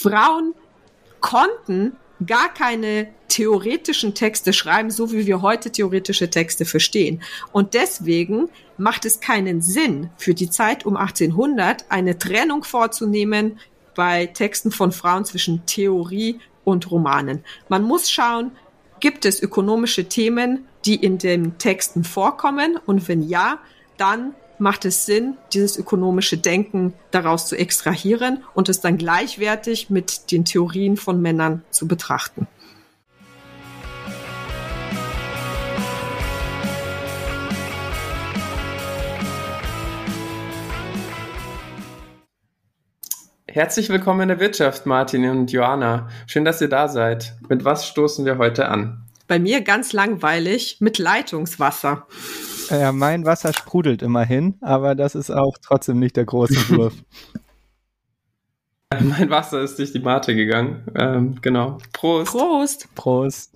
Frauen konnten gar keine theoretischen Texte schreiben, so wie wir heute theoretische Texte verstehen. Und deswegen macht es keinen Sinn, für die Zeit um 1800 eine Trennung vorzunehmen bei Texten von Frauen zwischen Theorie und Romanen. Man muss schauen, gibt es ökonomische Themen, die in den Texten vorkommen? Und wenn ja, dann macht es Sinn, dieses ökonomische Denken daraus zu extrahieren und es dann gleichwertig mit den Theorien von Männern zu betrachten. Herzlich willkommen in der Wirtschaft, Martin und Joanna. Schön, dass ihr da seid. Mit was stoßen wir heute an? Bei mir ganz langweilig, mit Leitungswasser. Ja, mein Wasser sprudelt immerhin, aber das ist auch trotzdem nicht der große Wurf. Mein Wasser ist durch die Mate gegangen. Genau. Prost. Prost. Prost.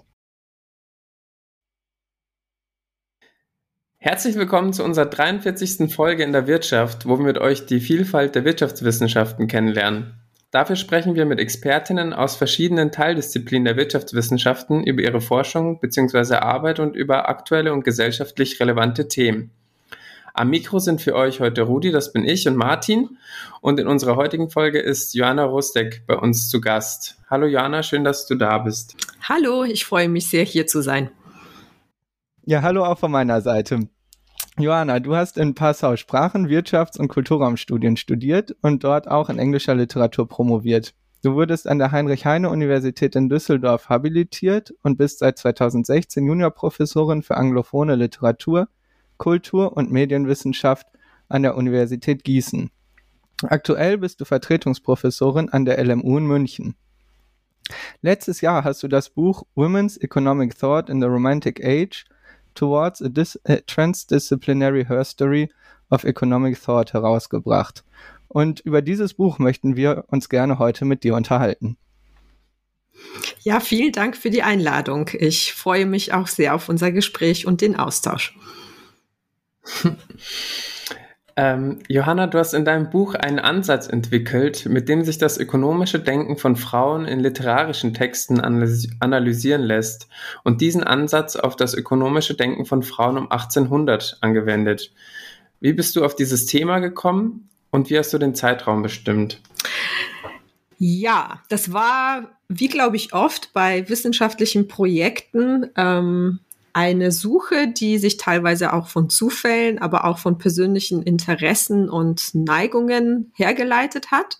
Herzlich willkommen zu unserer 43. Folge in der Wirtschaft, wo wir mit euch die Vielfalt der Wirtschaftswissenschaften kennenlernen. Dafür sprechen wir mit Expertinnen aus verschiedenen Teildisziplinen der Wirtschaftswissenschaften über ihre Forschung bzw. Arbeit und über aktuelle und gesellschaftlich relevante Themen. Am Mikro sind für euch heute Rudi, das bin ich, und Martin. Und in unserer heutigen Folge ist Joanna Rostek bei uns zu Gast. Hallo Joanna, schön, dass du da bist. Hallo, ich freue mich sehr, hier zu sein. Ja, hallo auch von meiner Seite. Joanna, du hast in Passau Sprachen-, Wirtschafts- und Kulturraumstudien studiert und dort auch in englischer Literatur promoviert. Du wurdest an der Heinrich-Heine-Universität in Düsseldorf habilitiert und bist seit 2016 Juniorprofessorin für anglophone Literatur, Kultur- und Medienwissenschaft an der Universität Gießen. Aktuell bist du Vertretungsprofessorin an der LMU in München. Letztes Jahr hast du das Buch Women's Economic Thought in the Romantic Age Towards a Transdisciplinary History of Economic Thought herausgebracht. Und über dieses Buch möchten wir uns gerne heute mit dir unterhalten. Ja, vielen Dank für die Einladung. Ich freue mich auch sehr auf unser Gespräch und den Austausch. Johanna, du hast in deinem Buch einen Ansatz entwickelt, mit dem sich das ökonomische Denken von Frauen in literarischen Texten analysieren lässt und diesen Ansatz auf das ökonomische Denken von Frauen um 1800 angewendet. Wie bist du auf dieses Thema gekommen und wie hast du den Zeitraum bestimmt? Ja, das war, wie glaube ich oft bei wissenschaftlichen Projekten, eine Suche, die sich teilweise auch von Zufällen, aber auch von persönlichen Interessen und Neigungen hergeleitet hat.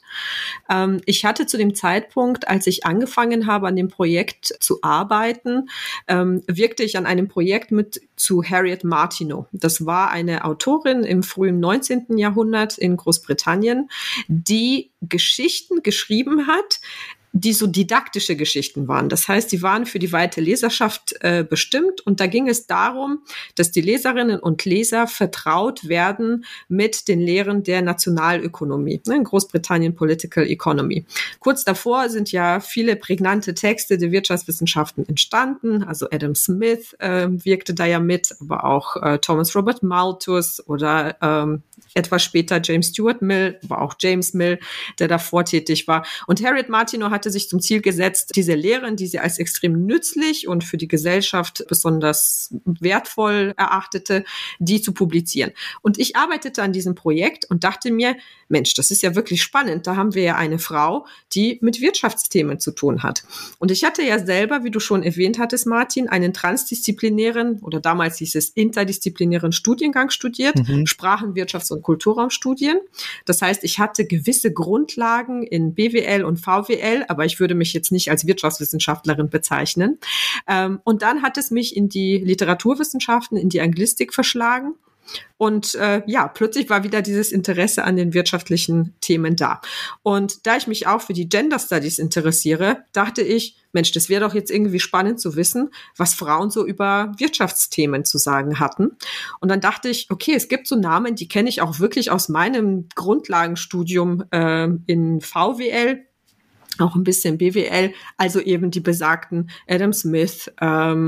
Ich hatte zu dem Zeitpunkt, als ich angefangen habe, an dem Projekt zu arbeiten, wirkte ich an einem Projekt mit zu Harriet Martineau. Das war eine Autorin im frühen 19. Jahrhundert in Großbritannien, die Geschichten geschrieben hat, die so didaktische Geschichten waren. Das heißt, die waren für die weite Leserschaft bestimmt und da ging es darum, dass die Leserinnen und Leser vertraut werden mit den Lehren der Nationalökonomie, in Großbritannien Political Economy. Kurz davor sind ja viele prägnante Texte der Wirtschaftswissenschaften entstanden, also Adam Smith wirkte da ja mit, aber auch Thomas Robert Malthus oder etwas später James Stuart Mill, aber auch James Mill, der davor tätig war. Und Harriet Martineau hatte sich zum Ziel gesetzt, diese Lehren, die sie als extrem nützlich und für die Gesellschaft besonders wertvoll erachtete, die zu publizieren. Und ich arbeitete an diesem Projekt und dachte mir, Mensch, das ist ja wirklich spannend. Da haben wir ja eine Frau, die mit Wirtschaftsthemen zu tun hat. Und ich hatte ja selber, wie du schon erwähnt hattest, Martin, einen transdisziplinären oder damals hieß es interdisziplinären Studiengang studiert, Sprachen-, Wirtschafts- und Kulturraumstudien. Das heißt, ich hatte gewisse Grundlagen in BWL und VWL, aber ich würde mich jetzt nicht als Wirtschaftswissenschaftlerin bezeichnen. Und dann hat es mich in die Literaturwissenschaften, in die Anglistik verschlagen. Und plötzlich war wieder dieses Interesse an den wirtschaftlichen Themen da. Und da ich mich auch für die Gender Studies interessiere, dachte ich, Mensch, das wäre doch jetzt irgendwie spannend zu wissen, was Frauen so über Wirtschaftsthemen zu sagen hatten. Und dann dachte ich, okay, es gibt so Namen, die kenne ich auch wirklich aus meinem Grundlagenstudium in VWL, auch ein bisschen BWL, also eben die besagten Adam Smith,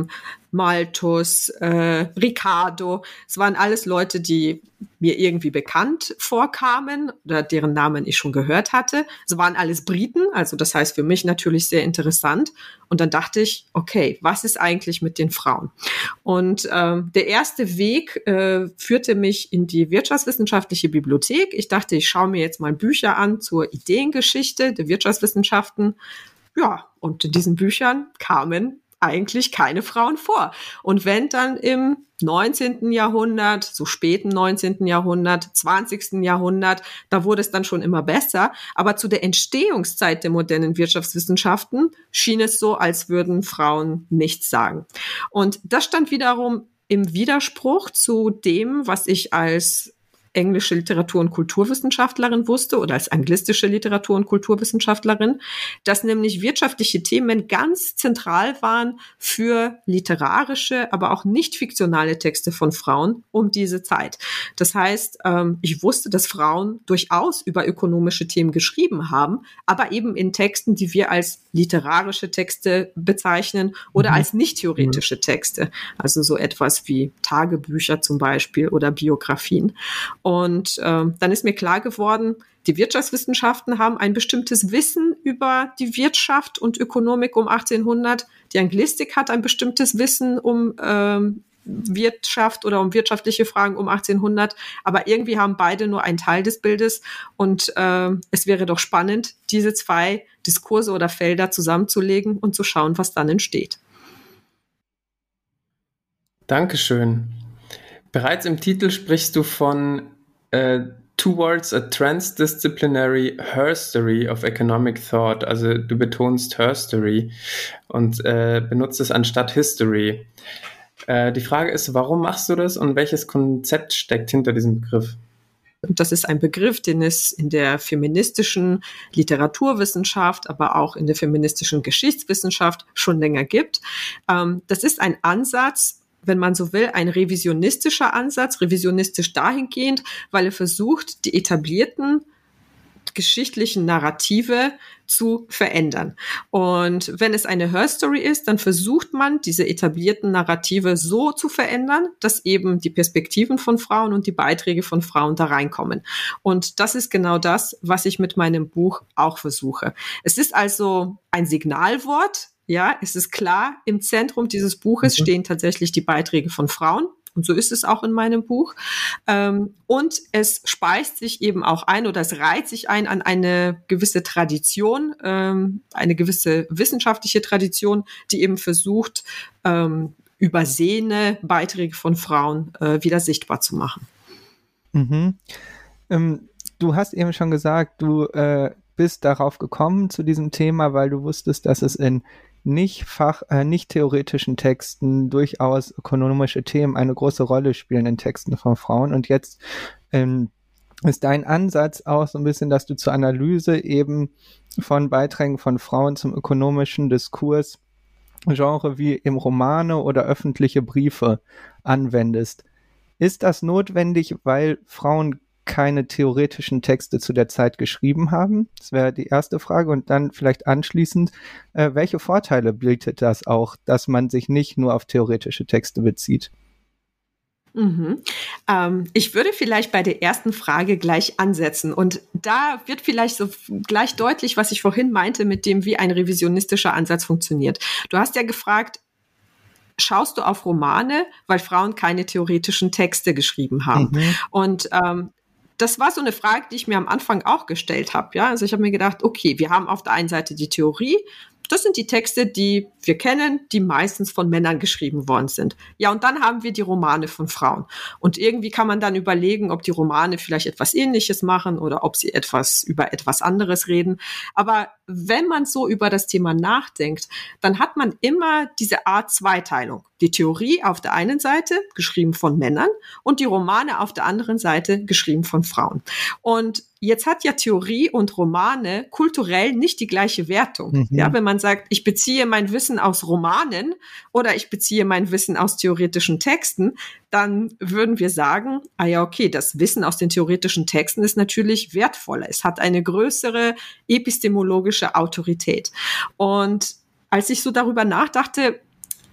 Malthus, Ricardo. Es waren alles Leute, die mir irgendwie bekannt vorkamen oder deren Namen ich schon gehört hatte. Es waren alles Briten, also das heißt für mich natürlich sehr interessant. Und dann dachte ich, okay, was ist eigentlich mit den Frauen? Und der erste Weg führte mich in die wirtschaftswissenschaftliche Bibliothek. Ich dachte, ich schaue mir jetzt mal Bücher an zur Ideengeschichte der Wirtschaftswissenschaften. Ja, und in diesen Büchern kamen eigentlich keine Frauen vor. Und wenn dann im 19. Jahrhundert, so späten 19. Jahrhundert, 20. Jahrhundert, da wurde es dann schon immer besser. Aber zu der Entstehungszeit der modernen Wirtschaftswissenschaften schien es so, als würden Frauen nichts sagen. Und das stand wiederum im Widerspruch zu dem, was ich als englische Literatur- und Kulturwissenschaftlerin wusste oder als anglistische Literatur- und Kulturwissenschaftlerin, dass nämlich wirtschaftliche Themen ganz zentral waren für literarische, aber auch nicht fiktionale Texte von Frauen um diese Zeit. Das heißt, ich wusste, dass Frauen durchaus über ökonomische Themen geschrieben haben, aber eben in Texten, die wir als literarische Texte bezeichnen oder als nicht theoretische Texte. Also so etwas wie Tagebücher zum Beispiel oder Biografien. Und dann ist mir klar geworden, die Wirtschaftswissenschaften haben ein bestimmtes Wissen über die Wirtschaft und Ökonomik um 1800. Die Anglistik hat ein bestimmtes Wissen um Wirtschaft oder um wirtschaftliche Fragen um 1800. Aber irgendwie haben beide nur einen Teil des Bildes. Und es wäre doch spannend, diese zwei Diskurse oder Felder zusammenzulegen und zu schauen, was dann entsteht. Dankeschön. Bereits im Titel sprichst du von Towards a Transdisciplinary Herstory of Economic Thought. Also du betonst Herstory und benutzt es anstatt History. Die Frage ist, warum machst du das und welches Konzept steckt hinter diesem Begriff? Das ist ein Begriff, den es in der feministischen Literaturwissenschaft, aber auch in der feministischen Geschichtswissenschaft schon länger gibt. Das ist ein Ansatz, wenn man so will, ein revisionistischer Ansatz, revisionistisch dahingehend, weil er versucht, die etablierten geschichtlichen Narrative zu verändern. Und wenn es eine Herstory ist, dann versucht man, diese etablierten Narrative so zu verändern, dass eben die Perspektiven von Frauen und die Beiträge von Frauen da reinkommen. Und das ist genau das, was ich mit meinem Buch auch versuche. Es ist also ein Signalwort. Ja, es ist klar, im Zentrum dieses Buches stehen tatsächlich die Beiträge von Frauen. Und so ist es auch in meinem Buch. Und es speist sich eben auch ein oder es reiht sich ein an eine gewisse Tradition, eine gewisse wissenschaftliche Tradition, die eben versucht, übersehene Beiträge von Frauen wieder sichtbar zu machen. Mhm. Du hast eben schon gesagt, du bist darauf gekommen zu diesem Thema, weil du wusstest, dass es in nicht theoretischen Texten durchaus ökonomische Themen eine große Rolle spielen in Texten von Frauen. Und jetzt ist dein Ansatz auch so ein bisschen, dass du zur Analyse eben von Beiträgen von Frauen zum ökonomischen Diskurs Genre wie eben Romane oder öffentliche Briefe anwendest. Ist das notwendig, weil Frauen keine theoretischen Texte zu der Zeit geschrieben haben? Das wäre die erste Frage. Und dann vielleicht anschließend, welche Vorteile bietet das auch, dass man sich nicht nur auf theoretische Texte bezieht? Ich würde vielleicht bei der ersten Frage gleich ansetzen. Und da wird vielleicht so gleich deutlich, was ich vorhin meinte, mit dem, wie ein revisionistischer Ansatz funktioniert. Du hast ja gefragt, schaust du auf Romane, weil Frauen keine theoretischen Texte geschrieben haben? Und das war so eine Frage, die ich mir am Anfang auch gestellt habe. Ja? Also ich habe mir gedacht, okay, wir haben auf der einen Seite die Theorie. Das sind die Texte, die wir kennen, die meistens von Männern geschrieben worden sind. Ja, und dann haben wir die Romane von Frauen. Und irgendwie kann man dann überlegen, ob die Romane vielleicht etwas Ähnliches machen oder ob sie über etwas anderes reden. Aber wenn man so über das Thema nachdenkt, dann hat man immer diese Art Zweiteilung. Die Theorie auf der einen Seite, geschrieben von Männern, und die Romane auf der anderen Seite, geschrieben von Frauen. Und jetzt hat ja Theorie und Romane kulturell nicht die gleiche Wertung. Ja, wenn man sagt, ich beziehe mein Wissen aus Romanen oder ich beziehe mein Wissen aus theoretischen Texten, dann würden wir sagen, okay, das Wissen aus den theoretischen Texten ist natürlich wertvoller. Es hat eine größere epistemologische Autorität. Und als ich so darüber nachdachte,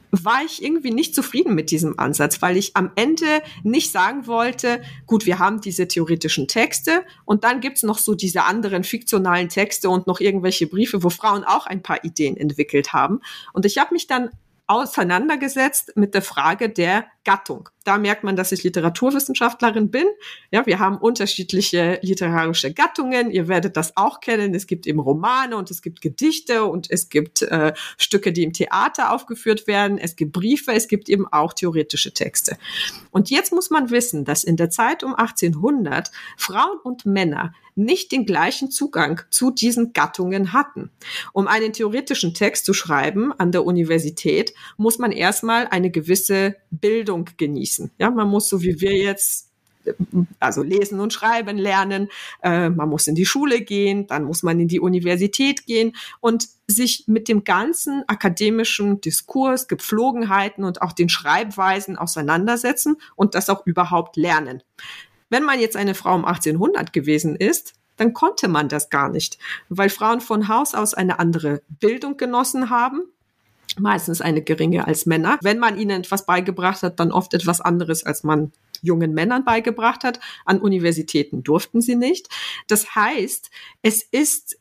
war ich irgendwie nicht zufrieden mit diesem Ansatz, weil ich am Ende nicht sagen wollte, gut, wir haben diese theoretischen Texte und dann gibt's noch so diese anderen fiktionalen Texte und noch irgendwelche Briefe, wo Frauen auch ein paar Ideen entwickelt haben. Und ich habe mich dann auseinandergesetzt mit der Frage der Gattung. Da merkt man, dass ich Literaturwissenschaftlerin bin. Ja, wir haben unterschiedliche literarische Gattungen. Ihr werdet das auch kennen. Es gibt eben Romane und es gibt Gedichte und es gibt Stücke, die im Theater aufgeführt werden. Es gibt Briefe, es gibt eben auch theoretische Texte. Und jetzt muss man wissen, dass in der Zeit um 1800 Frauen und Männer nicht den gleichen Zugang zu diesen Gattungen hatten. Um einen theoretischen Text zu schreiben an der Universität, muss man erstmal eine gewisse Bildung genießen. Ja, man muss, so wie wir jetzt, also lesen und schreiben lernen, man muss in die Schule gehen, dann muss man in die Universität gehen und sich mit dem ganzen akademischen Diskurs, Gepflogenheiten und auch den Schreibweisen auseinandersetzen und das auch überhaupt lernen. Wenn man jetzt eine Frau um 1800 gewesen ist, dann konnte man das gar nicht, weil Frauen von Haus aus eine andere Bildung genossen haben, meistens eine geringe als Männer. Wenn man ihnen etwas beigebracht hat, dann oft etwas anderes, als man jungen Männern beigebracht hat. An Universitäten durften sie nicht. Das heißt, es ist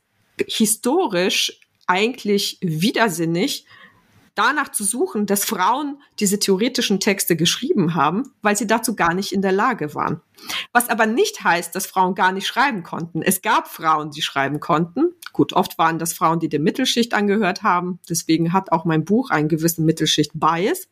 historisch eigentlich widersinnig, danach zu suchen, dass Frauen diese theoretischen Texte geschrieben haben, weil sie dazu gar nicht in der Lage waren. Was aber nicht heißt, dass Frauen gar nicht schreiben konnten. Es gab Frauen, die schreiben konnten. Gut, oft waren das Frauen, die der Mittelschicht angehört haben. Deswegen hat auch mein Buch einen gewissen Mittelschicht-Bias.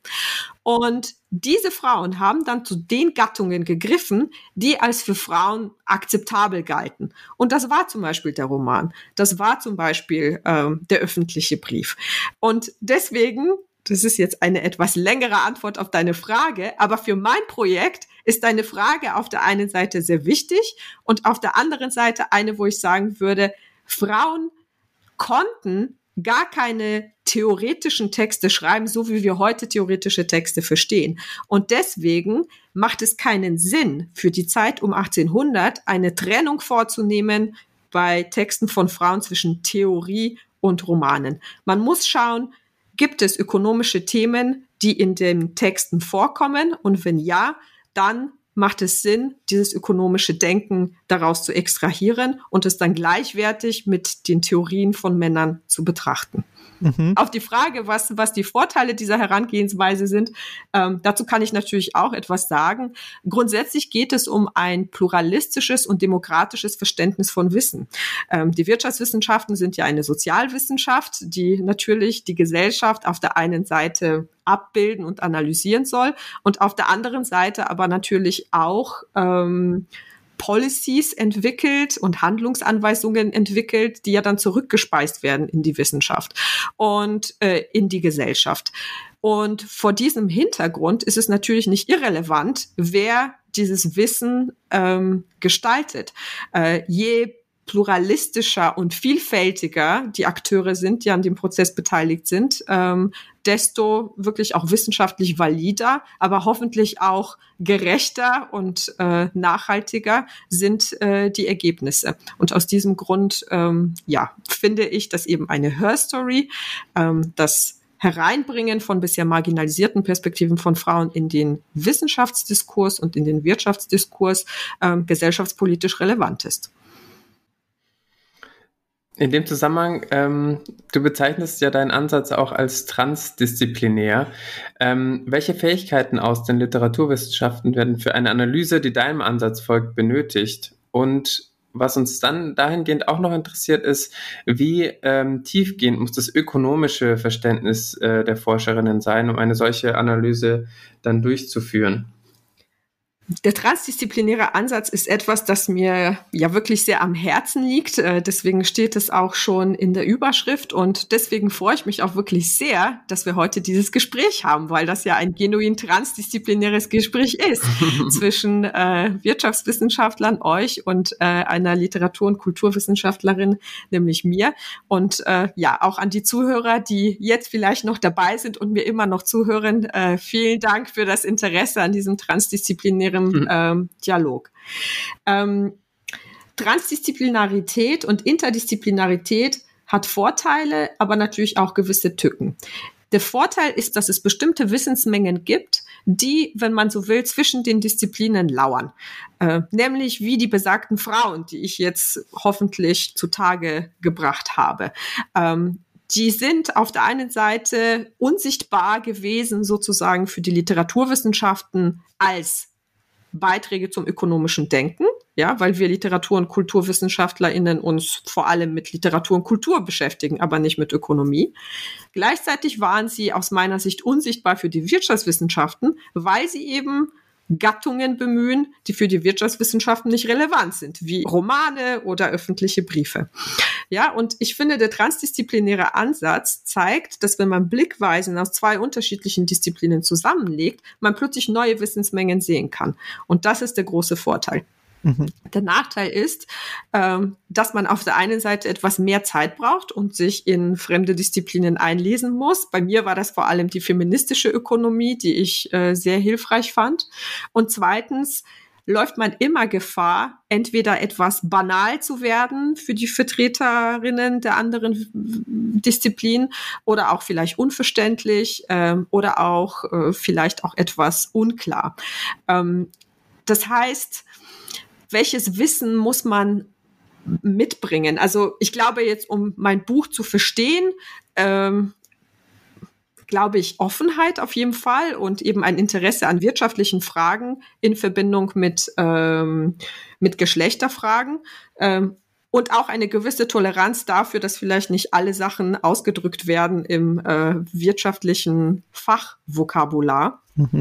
Und diese Frauen haben dann zu den Gattungen gegriffen, die als für Frauen akzeptabel galten. Und das war zum Beispiel der Roman. Das war zum Beispiel der öffentliche Brief. Und deswegen, das ist jetzt eine etwas längere Antwort auf deine Frage, aber für mein Projekt ist deine Frage auf der einen Seite sehr wichtig und auf der anderen Seite eine, wo ich sagen würde, Frauen konnten gar keine theoretischen Texte schreiben, so wie wir heute theoretische Texte verstehen. Und deswegen macht es keinen Sinn, für die Zeit um 1800 eine Trennung vorzunehmen bei Texten von Frauen zwischen Theorie und Romanen. Man muss schauen, gibt es ökonomische Themen, die in den Texten vorkommen? Und wenn ja, dann macht es Sinn, dieses ökonomische Denken daraus zu extrahieren und es dann gleichwertig mit den Theorien von Männern zu betrachten. Auf die Frage, was die Vorteile dieser Herangehensweise sind, dazu kann ich natürlich auch etwas sagen. Grundsätzlich geht es um ein pluralistisches und demokratisches Verständnis von Wissen. Die Wirtschaftswissenschaften sind ja eine Sozialwissenschaft, die natürlich die Gesellschaft auf der einen Seite abbilden und analysieren soll und auf der anderen Seite aber natürlich auch Policies entwickelt und Handlungsanweisungen entwickelt, die ja dann zurückgespeist werden in die Wissenschaft und in die Gesellschaft. Und vor diesem Hintergrund ist es natürlich nicht irrelevant, wer dieses Wissen gestaltet. Je pluralistischer und vielfältiger die Akteure sind, die an dem Prozess beteiligt sind, desto wirklich auch wissenschaftlich valider, aber hoffentlich auch gerechter und nachhaltiger sind die Ergebnisse. Und aus diesem Grund finde ich, dass eben eine Hörstory, das Hereinbringen von bisher marginalisierten Perspektiven von Frauen in den Wissenschaftsdiskurs und in den Wirtschaftsdiskurs gesellschaftspolitisch relevant ist. In dem Zusammenhang, du bezeichnest ja deinen Ansatz auch als transdisziplinär. Welche Fähigkeiten aus den Literaturwissenschaften werden für eine Analyse, die deinem Ansatz folgt, benötigt? Und was uns dann dahingehend auch noch interessiert ist, wie tiefgehend muss das ökonomische Verständnis der Forscherinnen sein, um eine solche Analyse dann durchzuführen? Der transdisziplinäre Ansatz ist etwas, das mir ja wirklich sehr am Herzen liegt. Deswegen steht es auch schon in der Überschrift und deswegen freue ich mich auch wirklich sehr, dass wir heute dieses Gespräch haben, weil das ja ein genuin transdisziplinäres Gespräch ist zwischen Wirtschaftswissenschaftlern, euch und einer Literatur- und Kulturwissenschaftlerin, nämlich mir. Und auch an die Zuhörer, die jetzt vielleicht noch dabei sind und mir immer noch zuhören, vielen Dank für das Interesse an diesem transdisziplinären Dialog. Transdisziplinarität und Interdisziplinarität hat Vorteile, aber natürlich auch gewisse Tücken. Der Vorteil ist, dass es bestimmte Wissensmengen gibt, die, wenn man so will, zwischen den Disziplinen lauern. Nämlich wie die besagten Frauen, die ich jetzt hoffentlich zutage gebracht habe. Die sind auf der einen Seite unsichtbar gewesen, sozusagen für die Literaturwissenschaften als Beiträge zum ökonomischen Denken, ja, weil wir Literatur- und KulturwissenschaftlerInnen uns vor allem mit Literatur und Kultur beschäftigen, aber nicht mit Ökonomie. Gleichzeitig waren sie aus meiner Sicht unsichtbar für die Wirtschaftswissenschaften, weil sie eben Gattungen bemühen, die für die Wirtschaftswissenschaften nicht relevant sind, wie Romane oder öffentliche Briefe. Ja, und ich finde, der transdisziplinäre Ansatz zeigt, dass wenn man Blickweisen aus zwei unterschiedlichen Disziplinen zusammenlegt, man plötzlich neue Wissensmengen sehen kann. Und das ist der große Vorteil. Der Nachteil ist, dass man auf der einen Seite etwas mehr Zeit braucht und sich in fremde Disziplinen einlesen muss. Bei mir war das vor allem die feministische Ökonomie, die ich sehr hilfreich fand. Und zweitens läuft man immer Gefahr, entweder etwas banal zu werden für die Vertreterinnen der anderen Disziplinen oder auch vielleicht unverständlich oder auch vielleicht auch etwas unklar. Das heißt, welches Wissen muss man mitbringen? Also ich glaube jetzt, um mein Buch zu verstehen, glaube ich, Offenheit auf jeden Fall und eben ein Interesse an wirtschaftlichen Fragen in Verbindung mit Geschlechterfragen und auch eine gewisse Toleranz dafür, dass vielleicht nicht alle Sachen ausgedrückt werden im wirtschaftlichen Fachvokabular.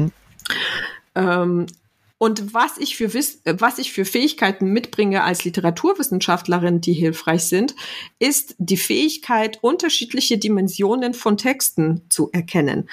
Und was ich für Fähigkeiten mitbringe als Literaturwissenschaftlerin, die hilfreich sind, ist die Fähigkeit, unterschiedliche Dimensionen von Texten zu erkennen.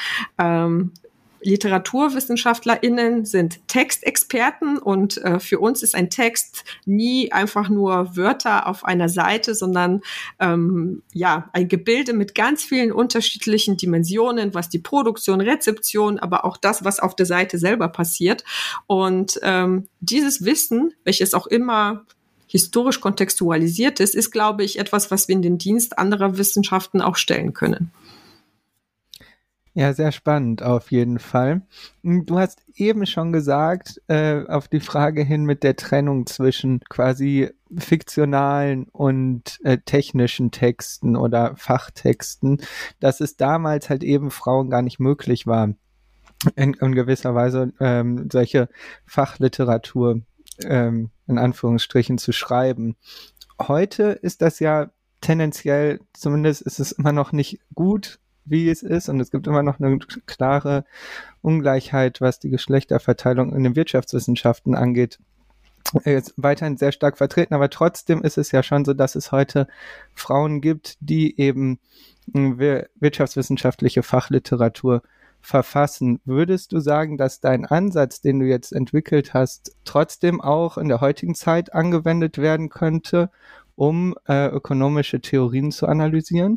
LiteraturwissenschaftlerInnen sind Textexperten und für uns ist ein Text nie einfach nur Wörter auf einer Seite, sondern ein Gebilde mit ganz vielen unterschiedlichen Dimensionen, was die Produktion, Rezeption, aber auch das, was auf der Seite selber passiert. Und dieses Wissen, welches auch immer historisch kontextualisiert ist, glaube ich, etwas, was wir in den Dienst anderer Wissenschaften auch stellen können. Ja, sehr spannend auf jeden Fall. Du hast eben schon gesagt, auf die Frage hin mit der Trennung zwischen quasi fiktionalen und technischen Texten oder Fachtexten, dass es damals halt eben Frauen gar nicht möglich war, in gewisser Weise solche Fachliteratur in Anführungsstrichen zu schreiben. Heute ist das ja tendenziell, zumindest ist es immer noch nicht gut, wie es ist, und es gibt immer noch eine klare Ungleichheit, was die Geschlechterverteilung in den Wirtschaftswissenschaften angeht, ist weiterhin sehr stark vertreten, aber trotzdem ist es ja schon so, dass es heute Frauen gibt, die eben wirtschaftswissenschaftliche Fachliteratur verfassen. Würdest du sagen, dass dein Ansatz, den du jetzt entwickelt hast, trotzdem auch in der heutigen Zeit angewendet werden könnte, um ökonomische Theorien zu analysieren?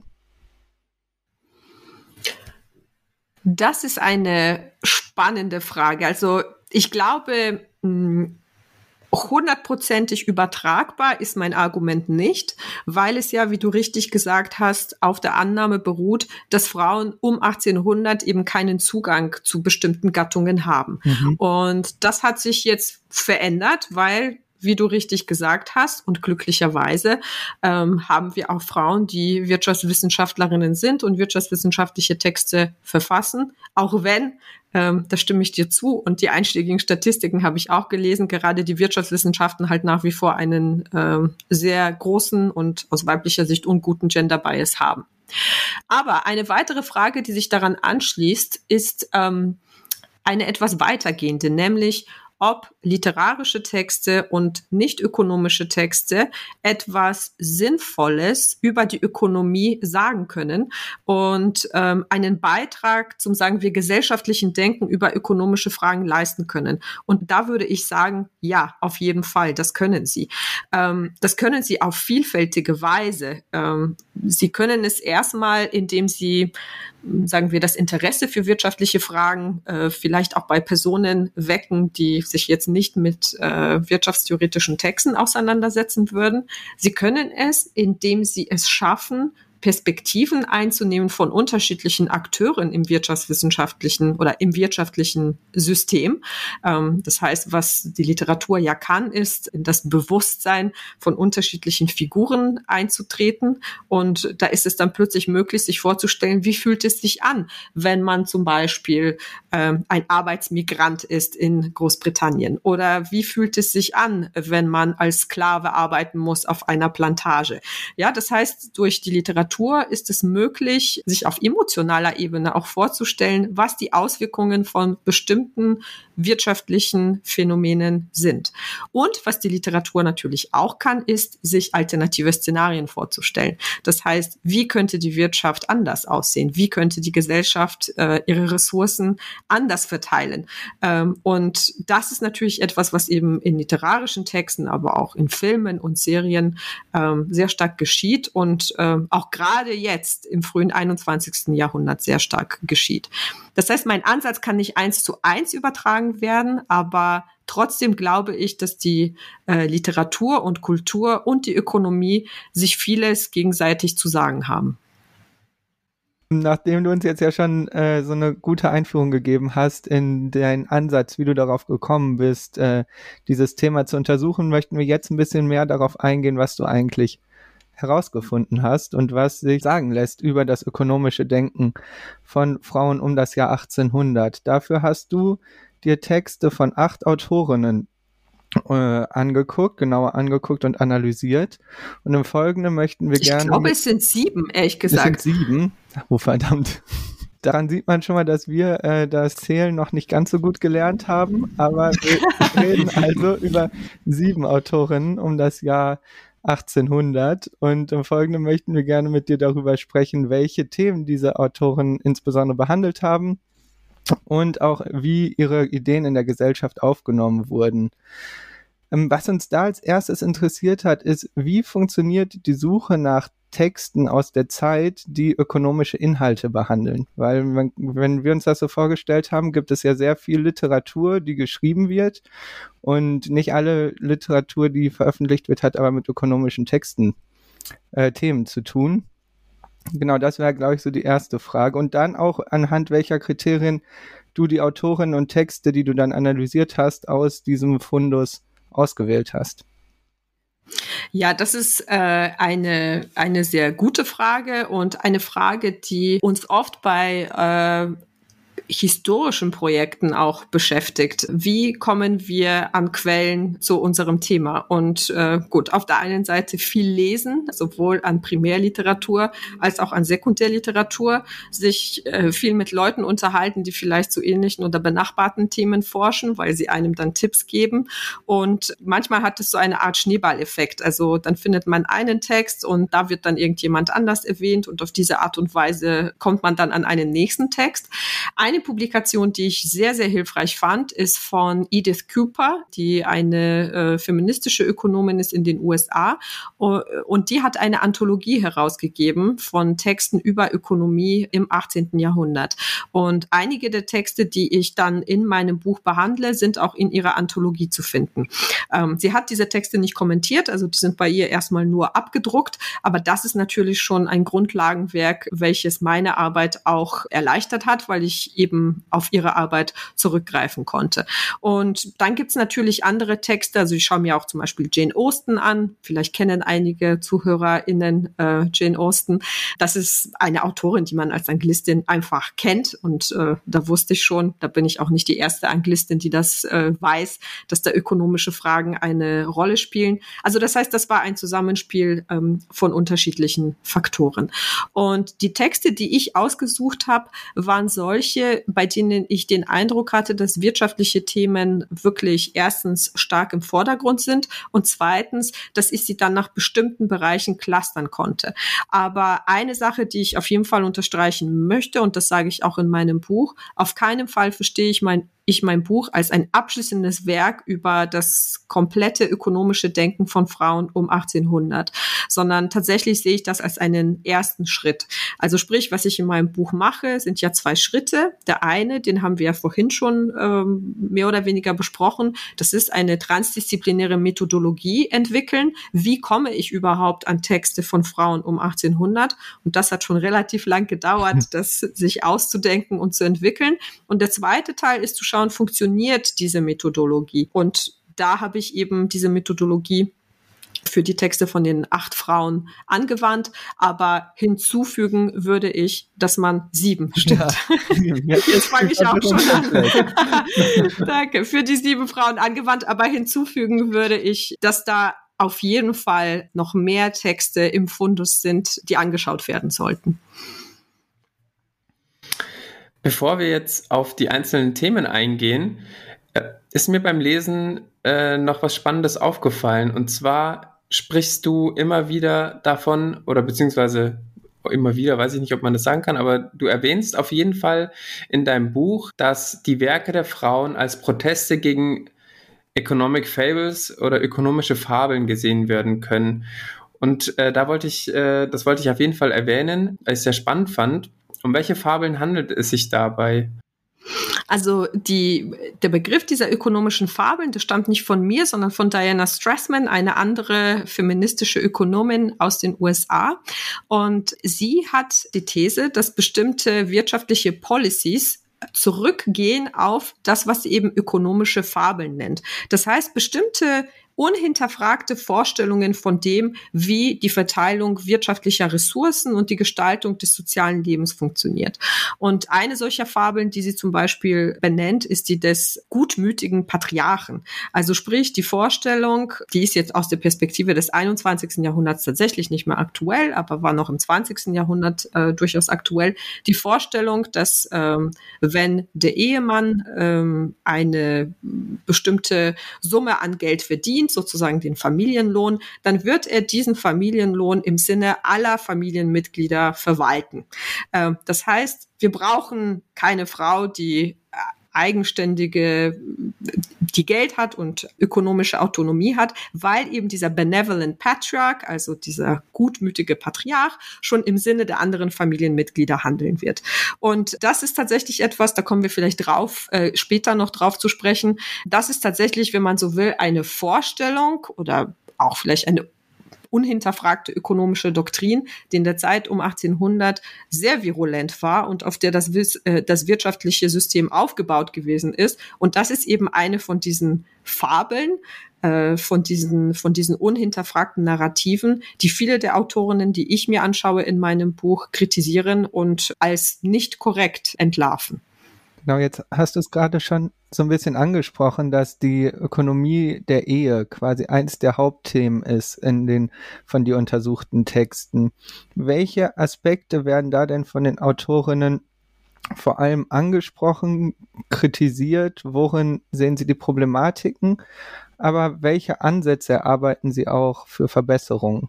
Das ist eine spannende Frage. Also ich glaube, 100%ig übertragbar ist mein Argument nicht, weil es ja, wie du richtig gesagt hast, auf der Annahme beruht, dass Frauen um 1800 eben keinen Zugang zu bestimmten Gattungen haben. Und das hat sich jetzt verändert, weil, wie du richtig gesagt hast, und glücklicherweise haben wir auch Frauen, die Wirtschaftswissenschaftlerinnen sind und wirtschaftswissenschaftliche Texte verfassen, auch wenn, da stimme ich dir zu, und die einschlägigen Statistiken habe ich auch gelesen, gerade die Wirtschaftswissenschaften halt nach wie vor einen sehr großen und aus weiblicher Sicht unguten Gender Bias haben. Aber eine weitere Frage, die sich daran anschließt, ist eine etwas weitergehende, nämlich ob literarische Texte und nicht ökonomische Texte etwas Sinnvolles über die Ökonomie sagen können und einen Beitrag zum, sagen wir, gesellschaftlichen Denken über ökonomische Fragen leisten können. Und da würde ich sagen, ja, auf jeden Fall, das können sie. Das können sie auf vielfältige Weise. Sie können es erstmal, indem sie, sagen wir, das Interesse für wirtschaftliche Fragen vielleicht auch bei Personen wecken, die sich jetzt nicht mit wirtschaftstheoretischen Texten auseinandersetzen würden. Sie können es, indem sie es schaffen, Perspektiven einzunehmen von unterschiedlichen Akteuren im wirtschaftswissenschaftlichen oder im wirtschaftlichen System. Das heißt, was die Literatur ja kann, ist in das Bewusstsein von unterschiedlichen Figuren einzutreten. Und da ist es dann plötzlich möglich, sich vorzustellen, wie fühlt es sich an, wenn man zum Beispiel ein Arbeitsmigrant ist in Großbritannien, oder wie fühlt es sich an, wenn man als Sklave arbeiten muss auf einer Plantage. Ja, das heißt, durch die Literatur ist es möglich, sich auf emotionaler Ebene auch vorzustellen, was die Auswirkungen von bestimmten wirtschaftlichen Phänomenen sind. Und was die Literatur natürlich auch kann, ist, sich alternative Szenarien vorzustellen. Das heißt, wie könnte die Wirtschaft anders aussehen? Wie könnte die Gesellschaft ihre Ressourcen anders verteilen? Und das ist natürlich etwas, was eben in literarischen Texten, aber auch in Filmen und Serien sehr stark geschieht und auch gerade jetzt im frühen 21. Jahrhundert sehr stark geschieht. Das heißt, mein Ansatz kann nicht 1:1 übertragen werden, aber trotzdem glaube ich, dass die Literatur und Kultur und die Ökonomie sich vieles gegenseitig zu sagen haben. Nachdem du uns jetzt ja schon so eine gute Einführung gegeben hast in deinen Ansatz, wie du darauf gekommen bist, dieses Thema zu untersuchen, möchten wir jetzt ein bisschen mehr darauf eingehen, was du eigentlich herausgefunden hast und was sich sagen lässt über das ökonomische Denken von Frauen um das Jahr 1800. Dafür hast du dir Texte von 8 Autorinnen genauer angeguckt und analysiert. Und im Folgenden möchten wir gerne... Ich glaube, es sind 7, ehrlich gesagt. Es sind 7? Oh, verdammt. Daran sieht man schon mal, dass wir das Zählen noch nicht ganz so gut gelernt haben, aber wir reden also über 7 Autorinnen um das Jahr 1800 und im Folgenden möchten wir gerne mit dir darüber sprechen, welche Themen diese Autoren insbesondere behandelt haben und auch wie ihre Ideen in der Gesellschaft aufgenommen wurden. Was uns da als erstes interessiert hat, ist, wie funktioniert die Suche nach Texten aus der Zeit, die ökonomische Inhalte behandeln. Weil wenn wir uns das so vorgestellt haben, gibt es ja sehr viel Literatur, die geschrieben wird und nicht alle Literatur, die veröffentlicht wird, hat aber mit ökonomischen Texten Themen zu tun. Genau, das wäre, glaube ich, so die erste Frage. Und dann auch anhand welcher Kriterien du die Autorinnen und Texte, die du dann analysiert hast, aus diesem Fundus ausgewählt hast. Ja, das ist eine sehr gute Frage und eine Frage, die uns oft bei historischen Projekten auch beschäftigt. Wie kommen wir an Quellen zu unserem Thema? Und gut, auf der einen Seite viel lesen, sowohl an Primärliteratur als auch an Sekundärliteratur, sich viel mit Leuten unterhalten, die vielleicht zu ähnlichen oder benachbarten Themen forschen, weil sie einem dann Tipps geben. Und manchmal hat es so eine Art Schneeballeffekt. Also dann findet man einen Text und da wird dann irgendjemand anders erwähnt und auf diese Art und Weise kommt man dann an einen nächsten Text. Eine Publikation, die ich sehr, sehr hilfreich fand, ist von Edith Cooper, die eine feministische Ökonomin ist in den USA. Und die hat eine Anthologie herausgegeben von Texten über Ökonomie im 18. Jahrhundert. Und einige der Texte, die ich dann in meinem Buch behandle, sind auch in ihrer Anthologie zu finden. Sie hat diese Texte nicht kommentiert, also die sind bei ihr erstmal nur abgedruckt. Aber das ist natürlich schon ein Grundlagenwerk, welches meine Arbeit auch erleichtert hat, weil ich eben auf ihre Arbeit zurückgreifen konnte. Und dann gibt's natürlich andere Texte, also ich schaue mir auch zum Beispiel Jane Austen an, vielleicht kennen einige ZuhörerInnen Jane Austen. Das ist eine Autorin, die man als Anglistin einfach kennt und da wusste ich schon, da bin ich auch nicht die erste Anglistin, die das weiß, dass da ökonomische Fragen eine Rolle spielen. Also das heißt, das war ein Zusammenspiel von unterschiedlichen Faktoren. Und die Texte, die ich ausgesucht habe, waren solche, bei denen ich den Eindruck hatte, dass wirtschaftliche Themen wirklich erstens stark im Vordergrund sind und zweitens, dass ich sie dann nach bestimmten Bereichen clustern konnte. Aber eine Sache, die ich auf jeden Fall unterstreichen möchte, und das sage ich auch in meinem Buch, auf keinen Fall verstehe ich mein ich mein Buch als ein abschließendes Werk über das komplette ökonomische Denken von Frauen um 1800, sondern tatsächlich sehe ich das als einen ersten Schritt. Also sprich, was ich in meinem Buch mache, sind ja 2 Schritte. Der eine, den haben wir ja vorhin schon mehr oder weniger besprochen, das ist eine transdisziplinäre Methodologie entwickeln. Wie komme ich überhaupt an Texte von Frauen um 1800? Und das hat schon relativ lang gedauert, das sich auszudenken und zu entwickeln. Und der zweite Teil ist zu schauen, funktioniert diese Methodologie? Und da habe ich eben diese Methodologie für die Texte von den 8 Frauen angewandt, aber hinzufügen würde ich, dass man 7 stimmt. Ja. Jetzt fange ich auch schon an. Danke. Für die 7 Frauen angewandt, aber hinzufügen würde ich, dass da auf jeden Fall noch mehr Texte im Fundus sind, die angeschaut werden sollten. Bevor wir jetzt auf die einzelnen Themen eingehen, ist mir beim Lesen noch was Spannendes aufgefallen. Und zwar sprichst du immer wieder davon, oder beziehungsweise immer wieder, weiß ich nicht, ob man das sagen kann, aber du erwähnst auf jeden Fall in deinem Buch, dass die Werke der Frauen als Proteste gegen Economic Fables oder ökonomische Fabeln gesehen werden können. Und das wollte ich auf jeden Fall erwähnen, weil ich es sehr spannend fand. Um welche Fabeln handelt es sich dabei? Also der Begriff dieser ökonomischen Fabeln, das stammt nicht von mir, sondern von Diana Strassman, eine andere feministische Ökonomin aus den USA. Und sie hat die These, dass bestimmte wirtschaftliche Policies zurückgehen auf das, was sie eben ökonomische Fabeln nennt. Das heißt, bestimmte unhinterfragte Vorstellungen von dem, wie die Verteilung wirtschaftlicher Ressourcen und die Gestaltung des sozialen Lebens funktioniert. Und eine solcher Fabeln, die sie zum Beispiel benennt, ist die des gutmütigen Patriarchen. Also sprich, die Vorstellung, die ist jetzt aus der Perspektive des 21. Jahrhunderts tatsächlich nicht mehr aktuell, aber war noch im 20. Jahrhundert durchaus aktuell, die Vorstellung, dass wenn der Ehemann eine bestimmte Summe an Geld verdient, sozusagen den Familienlohn, dann wird er diesen Familienlohn im Sinne aller Familienmitglieder verwalten. Das heißt, wir brauchen keine Frau, die eigenständige, die Geld hat und ökonomische Autonomie hat, weil eben dieser benevolent Patriarch, also dieser gutmütige Patriarch, schon im Sinne der anderen Familienmitglieder handeln wird. Und das ist tatsächlich etwas, da kommen wir vielleicht später noch drauf zu sprechen. Das ist tatsächlich, wenn man so will, eine Vorstellung oder auch vielleicht eine unhinterfragte ökonomische Doktrin, die in der Zeit um 1800 sehr virulent war und auf der das wirtschaftliche System aufgebaut gewesen ist. Und das ist eben eine von diesen Fabeln, von diesen unhinterfragten Narrativen, die viele der Autorinnen, die ich mir anschaue in meinem Buch, kritisieren und als nicht korrekt entlarven. Genau, jetzt hast du es gerade schon so ein bisschen angesprochen, dass die Ökonomie der Ehe quasi eins der Hauptthemen ist in den von dir untersuchten Texten. Welche Aspekte werden da denn von den Autorinnen vor allem angesprochen, kritisiert? Worin sehen sie die Problematiken? Aber welche Ansätze erarbeiten sie auch für Verbesserungen?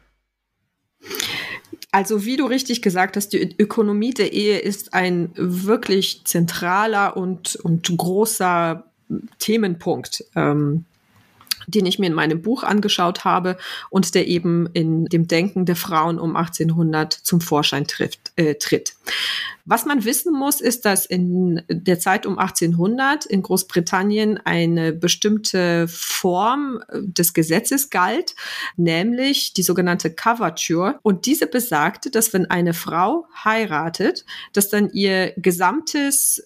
Also wie du richtig gesagt hast, die Ökonomie der Ehe ist ein wirklich zentraler und großer Themenpunkt, den ich mir in meinem Buch angeschaut habe und der eben in dem Denken der Frauen um 1800 zum Vorschein tritt. Was man wissen muss, ist, dass in der Zeit um 1800 in Großbritannien eine bestimmte Form des Gesetzes galt, nämlich die sogenannte Coverture. Und diese besagte, dass wenn eine Frau heiratet, dass dann ihr gesamtes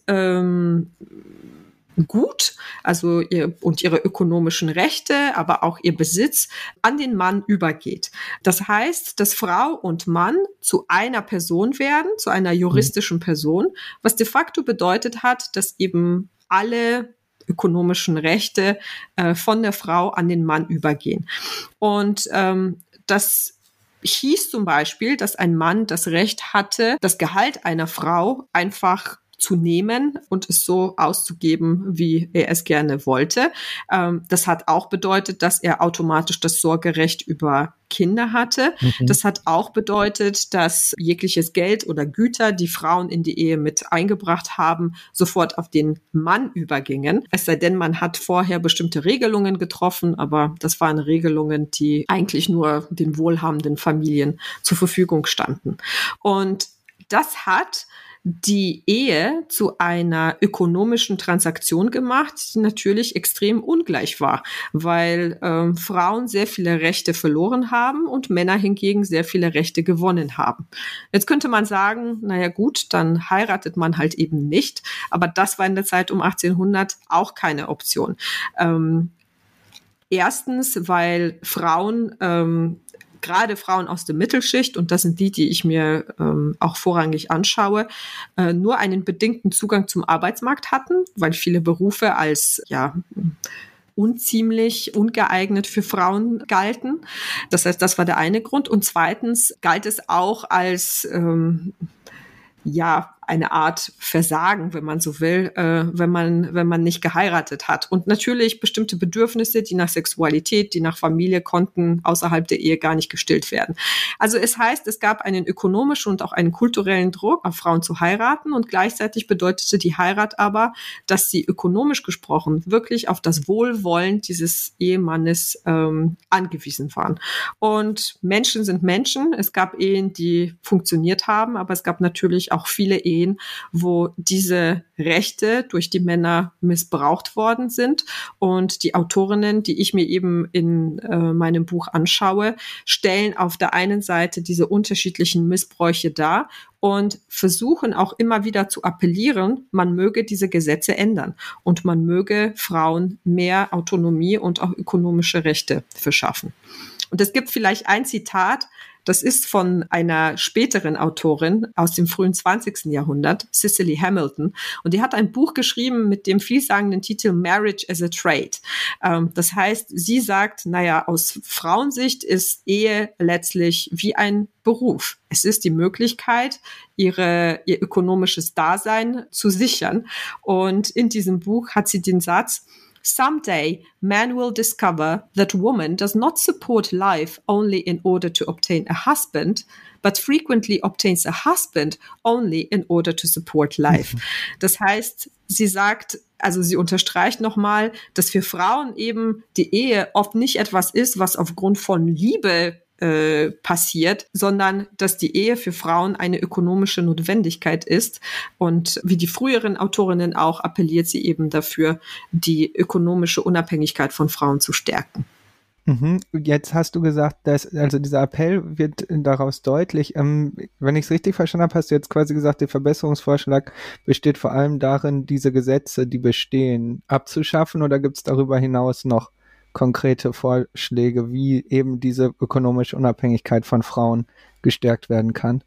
Gut, also ihre ökonomischen Rechte, aber auch ihr Besitz an den Mann übergeht. Das heißt, dass Frau und Mann zu einer Person werden, zu einer juristischen Person, was de facto bedeutet hat, dass eben alle ökonomischen Rechte von der Frau an den Mann übergehen. Und das hieß zum Beispiel, dass ein Mann das Recht hatte, das Gehalt einer Frau einfach zu nehmen und es so auszugeben, wie er es gerne wollte. Das hat auch bedeutet, dass er automatisch das Sorgerecht über Kinder hatte. Das hat auch bedeutet, dass jegliches Geld oder Güter, die Frauen in die Ehe mit eingebracht haben, sofort auf den Mann übergingen. Es sei denn, man hat vorher bestimmte Regelungen getroffen, aber das waren Regelungen, die eigentlich nur den wohlhabenden Familien zur Verfügung standen. Und das hat die Ehe zu einer ökonomischen Transaktion gemacht, die natürlich extrem ungleich war, weil Frauen sehr viele Rechte verloren haben und Männer hingegen sehr viele Rechte gewonnen haben. Jetzt könnte man sagen, naja gut, dann heiratet man halt eben nicht, aber das war in der Zeit um 1800 auch keine Option. Erstens, weil Frauen gerade Frauen aus der Mittelschicht, und das sind die ich mir auch vorrangig anschaue, nur einen bedingten Zugang zum Arbeitsmarkt hatten, weil viele Berufe als unziemlich, ungeeignet für Frauen galten. Das heißt, das war der eine Grund. Und zweitens galt es auch als eine Art Versagen, wenn man so will, wenn man nicht geheiratet hat. Und natürlich bestimmte Bedürfnisse, die nach Sexualität, die nach Familie konnten außerhalb der Ehe gar nicht gestillt werden. Also es heißt, es gab einen ökonomischen und auch einen kulturellen Druck, auf Frauen zu heiraten, und gleichzeitig bedeutete die Heirat aber, dass sie ökonomisch gesprochen wirklich auf das Wohlwollen dieses Ehemannes angewiesen waren. Und Menschen sind Menschen. Es gab Ehen, die funktioniert haben, aber es gab natürlich auch viele Ehen, wo diese Rechte durch die Männer missbraucht worden sind. Und die Autorinnen, die ich mir eben in meinem Buch anschaue, stellen auf der einen Seite diese unterschiedlichen Missbräuche dar und versuchen auch immer wieder zu appellieren, man möge diese Gesetze ändern und man möge Frauen mehr Autonomie und auch ökonomische Rechte verschaffen. Und es gibt vielleicht ein Zitat, das ist von einer späteren Autorin aus dem frühen 20. Jahrhundert, Cicely Hamilton. Und die hat ein Buch geschrieben mit dem vielsagenden Titel Marriage as a Trade. Das heißt, sie sagt, aus Frauensicht ist Ehe letztlich wie ein Beruf. Es ist die Möglichkeit, ihr ökonomisches Dasein zu sichern. Und in diesem Buch hat sie den Satz: Someday, man will discover that woman does not support life only in order to obtain a husband, but frequently obtains a husband only in order to support life. Das heißt, sie sagt, also sie unterstreicht nochmal, dass für Frauen eben die Ehe oft nicht etwas ist, was aufgrund von Liebe passiert, sondern dass die Ehe für Frauen eine ökonomische Notwendigkeit ist. Und wie die früheren Autorinnen auch, appelliert sie eben dafür, die ökonomische Unabhängigkeit von Frauen zu stärken. Jetzt hast du gesagt, dass also dieser Appell wird daraus deutlich. Wenn ich es richtig verstanden habe, hast du jetzt quasi gesagt, der Verbesserungsvorschlag besteht vor allem darin, diese Gesetze, die bestehen, abzuschaffen, oder gibt es darüber hinaus noch konkrete Vorschläge, wie eben diese ökonomische Unabhängigkeit von Frauen gestärkt werden kann?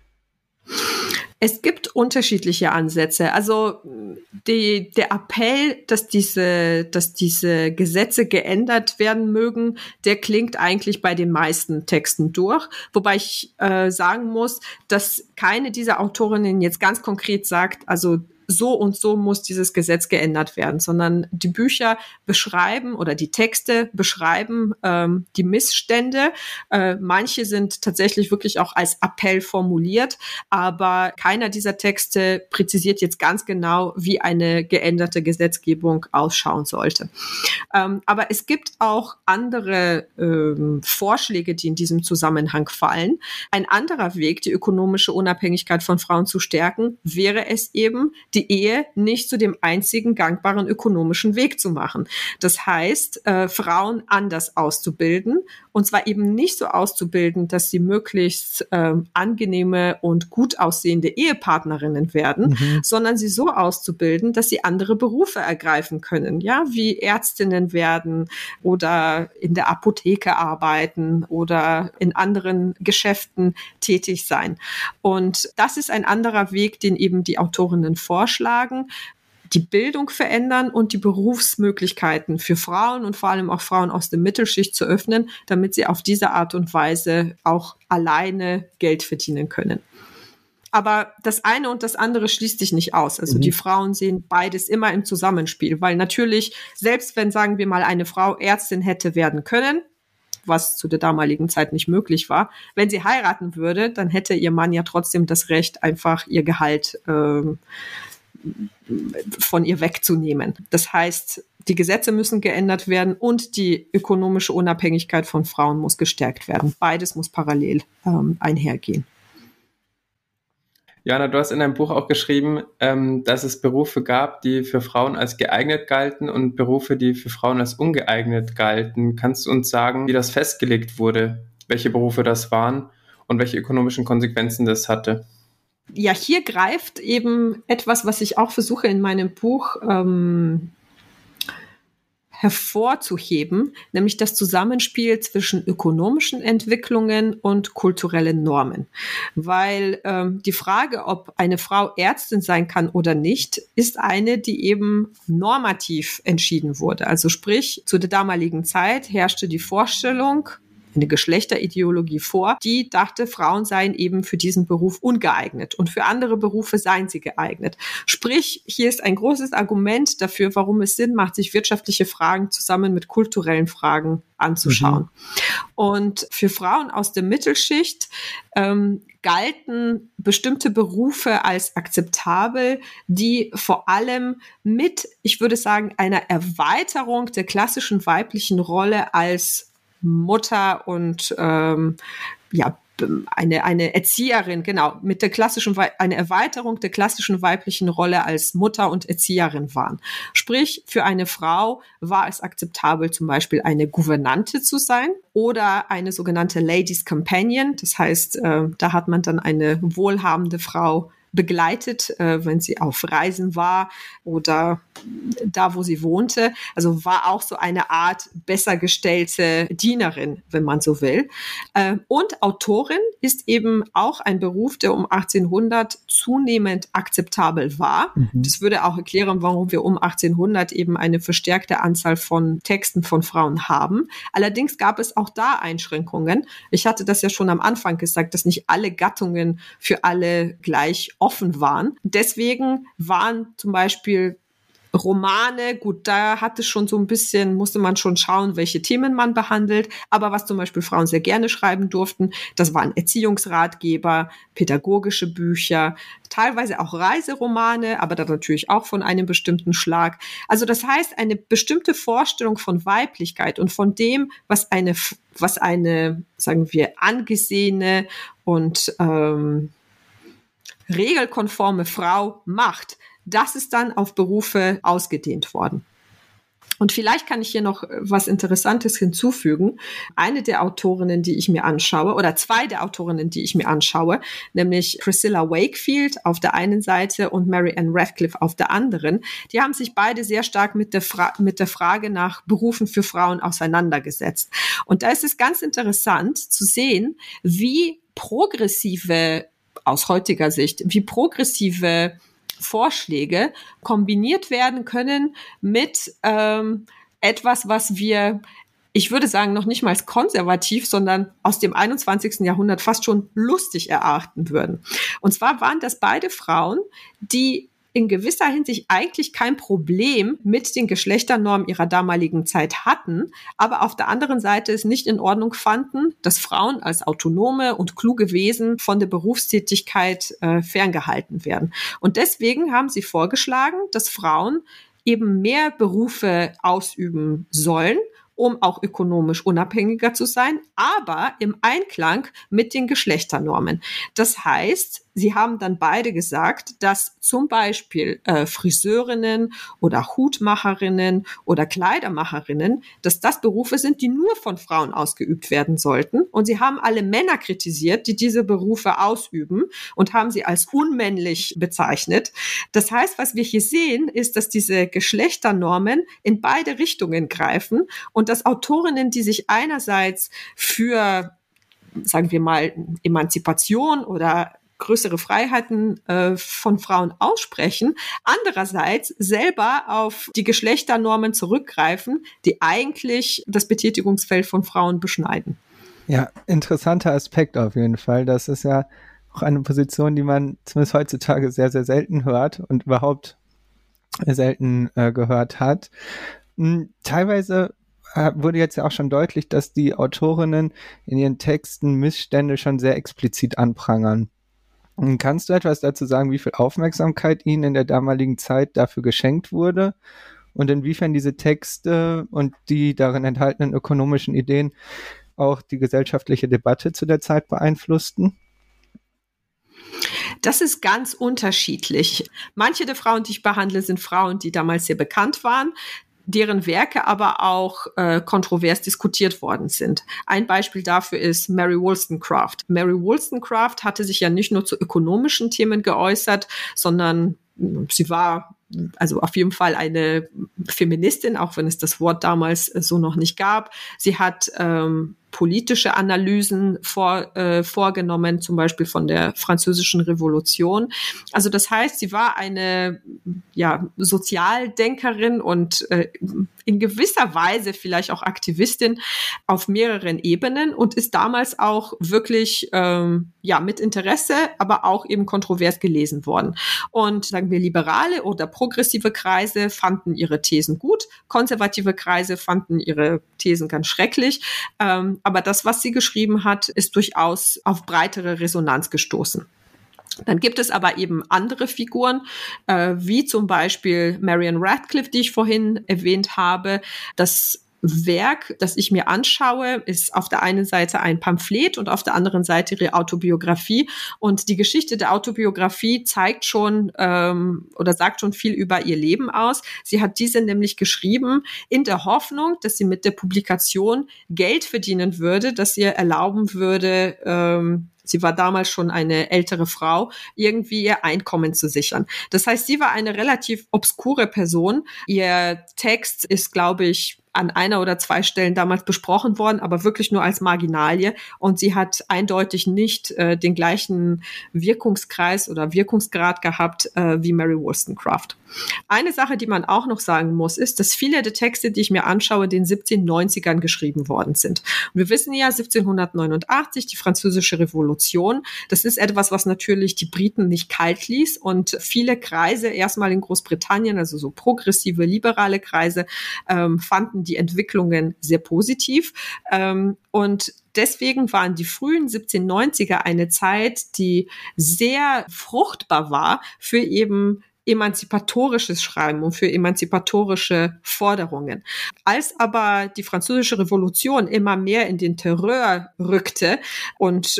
Es gibt unterschiedliche Ansätze. Also der Appell, dass diese Gesetze geändert werden mögen, der klingt eigentlich bei den meisten Texten durch. Wobei ich sagen muss, dass keine dieser Autorinnen jetzt ganz konkret sagt, also so und so muss dieses Gesetz geändert werden, sondern die Bücher beschreiben oder die Texte beschreiben die Missstände. Manche sind tatsächlich wirklich auch als Appell formuliert, aber keiner dieser Texte präzisiert jetzt ganz genau, wie eine geänderte Gesetzgebung ausschauen sollte. Aber es gibt auch andere Vorschläge, die in diesem Zusammenhang fallen. Ein anderer Weg, die ökonomische Unabhängigkeit von Frauen zu stärken, wäre es eben, die Ehe nicht zu dem einzigen gangbaren ökonomischen Weg zu machen. Das heißt, Frauen anders auszubilden, und zwar eben nicht so auszubilden, dass sie möglichst angenehme und gut aussehende Ehepartnerinnen werden, sondern sie so auszubilden, dass sie andere Berufe ergreifen können, ja, wie Ärztinnen werden oder in der Apotheke arbeiten oder in anderen Geschäften tätig sein. Und das ist ein anderer Weg, den eben die Autorinnen vorschlagen: die Bildung verändern und die Berufsmöglichkeiten für Frauen und vor allem auch Frauen aus der Mittelschicht zu öffnen, damit sie auf diese Art und Weise auch alleine Geld verdienen können. Aber das eine und das andere schließt sich nicht aus. Also die Frauen sehen beides immer im Zusammenspiel, weil natürlich, selbst wenn, sagen wir mal, eine Frau Ärztin hätte werden können, was zu der damaligen Zeit nicht möglich war, wenn sie heiraten würde, dann hätte ihr Mann ja trotzdem das Recht, einfach ihr Gehalt von ihr wegzunehmen. Das heißt, die Gesetze müssen geändert werden und die ökonomische Unabhängigkeit von Frauen muss gestärkt werden. Beides muss parallel einhergehen. Johanna, du hast in deinem Buch auch geschrieben, dass es Berufe gab, die für Frauen als geeignet galten und Berufe, die für Frauen als ungeeignet galten. Kannst du uns sagen, wie das festgelegt wurde, welche Berufe das waren und welche ökonomischen Konsequenzen das hatte? Ja, hier greift eben etwas, was ich auch versuche in meinem Buch hervorzuheben, nämlich das Zusammenspiel zwischen ökonomischen Entwicklungen und kulturellen Normen. Weil die Frage, ob eine Frau Ärztin sein kann oder nicht, ist eine, die eben normativ entschieden wurde. Also sprich, zu der damaligen Zeit herrschte die Vorstellung, eine Geschlechterideologie vor, die dachte, Frauen seien eben für diesen Beruf ungeeignet und für andere Berufe seien sie geeignet. Sprich, hier ist ein großes Argument dafür, warum es Sinn macht, sich wirtschaftliche Fragen zusammen mit kulturellen Fragen anzuschauen. Und für Frauen aus der Mittelschicht galten bestimmte Berufe als akzeptabel, die vor allem mit, ich würde sagen, einer Erweiterung der klassischen weiblichen Rolle als Mutter und eine Erzieherin, genau, mit der eine Erweiterung der klassischen weiblichen Rolle als Mutter und Erzieherin waren. Sprich, für eine Frau war es akzeptabel, zum Beispiel eine Gouvernante zu sein oder eine sogenannte Ladies Companion. Das heißt, da hat man dann eine wohlhabende Frau begleitet, wenn sie auf Reisen war oder da, wo sie wohnte. Also war auch so eine Art besser gestellte Dienerin, wenn man so will. Und Autorin ist eben auch ein Beruf, der um 1800 zunehmend akzeptabel war. Das würde auch erklären, warum wir um 1800 eben eine verstärkte Anzahl von Texten von Frauen haben. Allerdings gab es auch da Einschränkungen. Ich hatte das ja schon am Anfang gesagt, dass nicht alle Gattungen für alle gleich offen waren. Deswegen waren zum Beispiel Romane, gut, da hatte schon so ein bisschen, musste man schon schauen, welche Themen man behandelt. Aber was zum Beispiel Frauen sehr gerne schreiben durften, das waren Erziehungsratgeber, pädagogische Bücher, teilweise auch Reiseromane, aber dann natürlich auch von einem bestimmten Schlag. Also das heißt, eine bestimmte Vorstellung von Weiblichkeit und von dem, was eine, sagen wir, angesehene und regelkonforme Frau macht, das ist dann auf Berufe ausgedehnt worden. Und vielleicht kann ich hier noch was Interessantes hinzufügen. Eine der Autorinnen, die ich mir anschaue, oder zwei der Autorinnen, die ich mir anschaue, nämlich Priscilla Wakefield auf der einen Seite und Mary Ann Radcliffe auf der anderen, die haben sich beide sehr stark mit der Frage nach Berufen für Frauen auseinandergesetzt. Und da ist es ganz interessant zu sehen, wie progressive, aus heutiger Sicht, wie progressive Vorschläge kombiniert werden können mit etwas, was wir, ich würde sagen, noch nicht mal als konservativ, sondern aus dem 21. Jahrhundert fast schon lustig erachten würden. Und zwar waren das beide Frauen, die in gewisser Hinsicht eigentlich kein Problem mit den Geschlechternormen ihrer damaligen Zeit hatten, aber auf der anderen Seite es nicht in Ordnung fanden, dass Frauen als autonome und kluge Wesen von der Berufstätigkeit ferngehalten werden. Und deswegen haben sie vorgeschlagen, dass Frauen eben mehr Berufe ausüben sollen, um auch ökonomisch unabhängiger zu sein, aber im Einklang mit den Geschlechternormen. Das heißt, sie haben dann beide gesagt, dass zum Beispiel Friseurinnen oder Hutmacherinnen oder Kleidermacherinnen, dass das Berufe sind, die nur von Frauen ausgeübt werden sollten. Und sie haben alle Männer kritisiert, die diese Berufe ausüben und haben sie als unmännlich bezeichnet. Das heißt, was wir hier sehen, ist, dass diese Geschlechternormen in beide Richtungen greifen und dass Autorinnen, die sich einerseits für, sagen wir mal, Emanzipation oder größere Freiheiten von Frauen aussprechen, andererseits selber auf die Geschlechternormen zurückgreifen, die eigentlich das Betätigungsfeld von Frauen beschneiden. Ja, interessanter Aspekt auf jeden Fall. Das ist ja auch eine Position, die man zumindest heutzutage sehr, sehr selten hört und überhaupt selten gehört hat. Teilweise wurde jetzt ja auch schon deutlich, dass die Autorinnen in ihren Texten Missstände schon sehr explizit anprangern. Kannst du etwas dazu sagen, wie viel Aufmerksamkeit ihnen in der damaligen Zeit dafür geschenkt wurde und inwiefern diese Texte und die darin enthaltenen ökonomischen Ideen auch die gesellschaftliche Debatte zu der Zeit beeinflussten? Das ist ganz unterschiedlich. Manche der Frauen, die ich behandle, sind Frauen, die damals sehr bekannt waren, deren Werke aber auch kontrovers diskutiert worden sind. Ein Beispiel dafür ist Mary Wollstonecraft. Mary Wollstonecraft hatte sich ja nicht nur zu ökonomischen Themen geäußert, sondern sie war also auf jeden Fall eine Feministin, auch wenn es das Wort damals so noch nicht gab. Sie hat politische Analysen vorgenommen, zum Beispiel von der Französischen Revolution. Also das heißt, sie war eine Sozialdenkerin und in gewisser Weise vielleicht auch Aktivistin auf mehreren Ebenen und ist damals auch wirklich mit Interesse, aber auch eben kontrovers gelesen worden. Und sagen wir, liberale oder progressive Kreise fanden ihre Thesen gut, konservative Kreise fanden ihre Thesen ganz schrecklich. Aber das, was sie geschrieben hat, ist durchaus auf breitere Resonanz gestoßen. Dann gibt es aber eben andere Figuren, wie zum Beispiel Marianne Radcliffe, die ich vorhin erwähnt habe. Das Werk, das ich mir anschaue, ist auf der einen Seite ein Pamphlet und auf der anderen Seite ihre Autobiografie. Und die Geschichte der Autobiografie zeigt schon oder sagt schon viel über ihr Leben aus. Sie hat diese nämlich geschrieben in der Hoffnung, dass sie mit der Publikation Geld verdienen würde, das ihr erlauben würde, sie war damals schon eine ältere Frau, irgendwie ihr Einkommen zu sichern. Das heißt, sie war eine relativ obskure Person. Ihr Text ist, glaube ich, an einer oder zwei Stellen damals besprochen worden, aber wirklich nur als Marginalie. Und sie hat eindeutig nicht den gleichen Wirkungskreis oder Wirkungsgrad gehabt wie Mary Wollstonecraft. Eine Sache, die man auch noch sagen muss, ist, dass viele der Texte, die ich mir anschaue, in den 1790ern geschrieben worden sind. Und wir wissen ja, 1789, die Französische Revolution, das ist etwas, was natürlich die Briten nicht kalt ließ und viele Kreise, erstmal in Großbritannien, also so progressive, liberale Kreise, fanden die Entwicklungen sehr positiv. Und deswegen waren die frühen 1790er eine Zeit, die sehr fruchtbar war für eben emanzipatorisches Schreiben und für emanzipatorische Forderungen. Als aber die Französische Revolution immer mehr in den Terror rückte und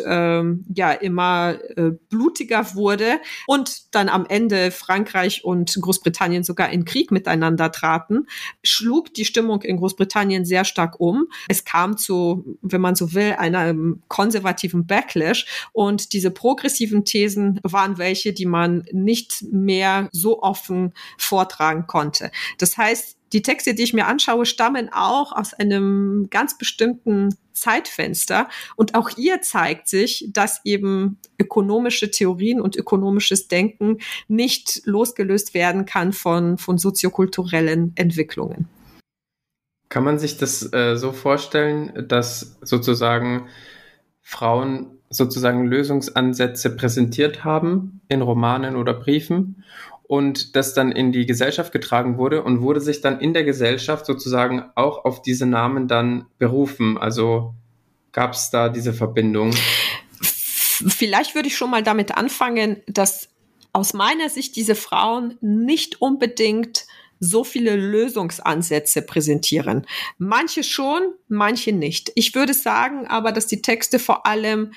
immer blutiger wurde und dann am Ende Frankreich und Großbritannien sogar in Krieg miteinander traten, schlug die Stimmung in Großbritannien sehr stark um. Es kam zu, wenn man so will, einem konservativen Backlash und diese progressiven Thesen waren welche, die man nicht mehr so offen vortragen konnte. Das heißt, die Texte, die ich mir anschaue, stammen auch aus einem ganz bestimmten Zeitfenster. Und auch hier zeigt sich, dass eben ökonomische Theorien und ökonomisches Denken nicht losgelöst werden kann von soziokulturellen Entwicklungen. Kann man sich das so vorstellen, dass sozusagen Frauen sozusagen Lösungsansätze präsentiert haben in Romanen oder Briefen und das dann in die Gesellschaft getragen wurde und wurde sich dann in der Gesellschaft sozusagen auch auf diese Namen dann berufen? Also gab es da diese Verbindung? Vielleicht würde ich schon mal damit anfangen, dass aus meiner Sicht diese Frauen nicht unbedingt so viele Lösungsansätze präsentieren. Manche schon, manche nicht. Ich würde sagen aber, dass die Texte vor allem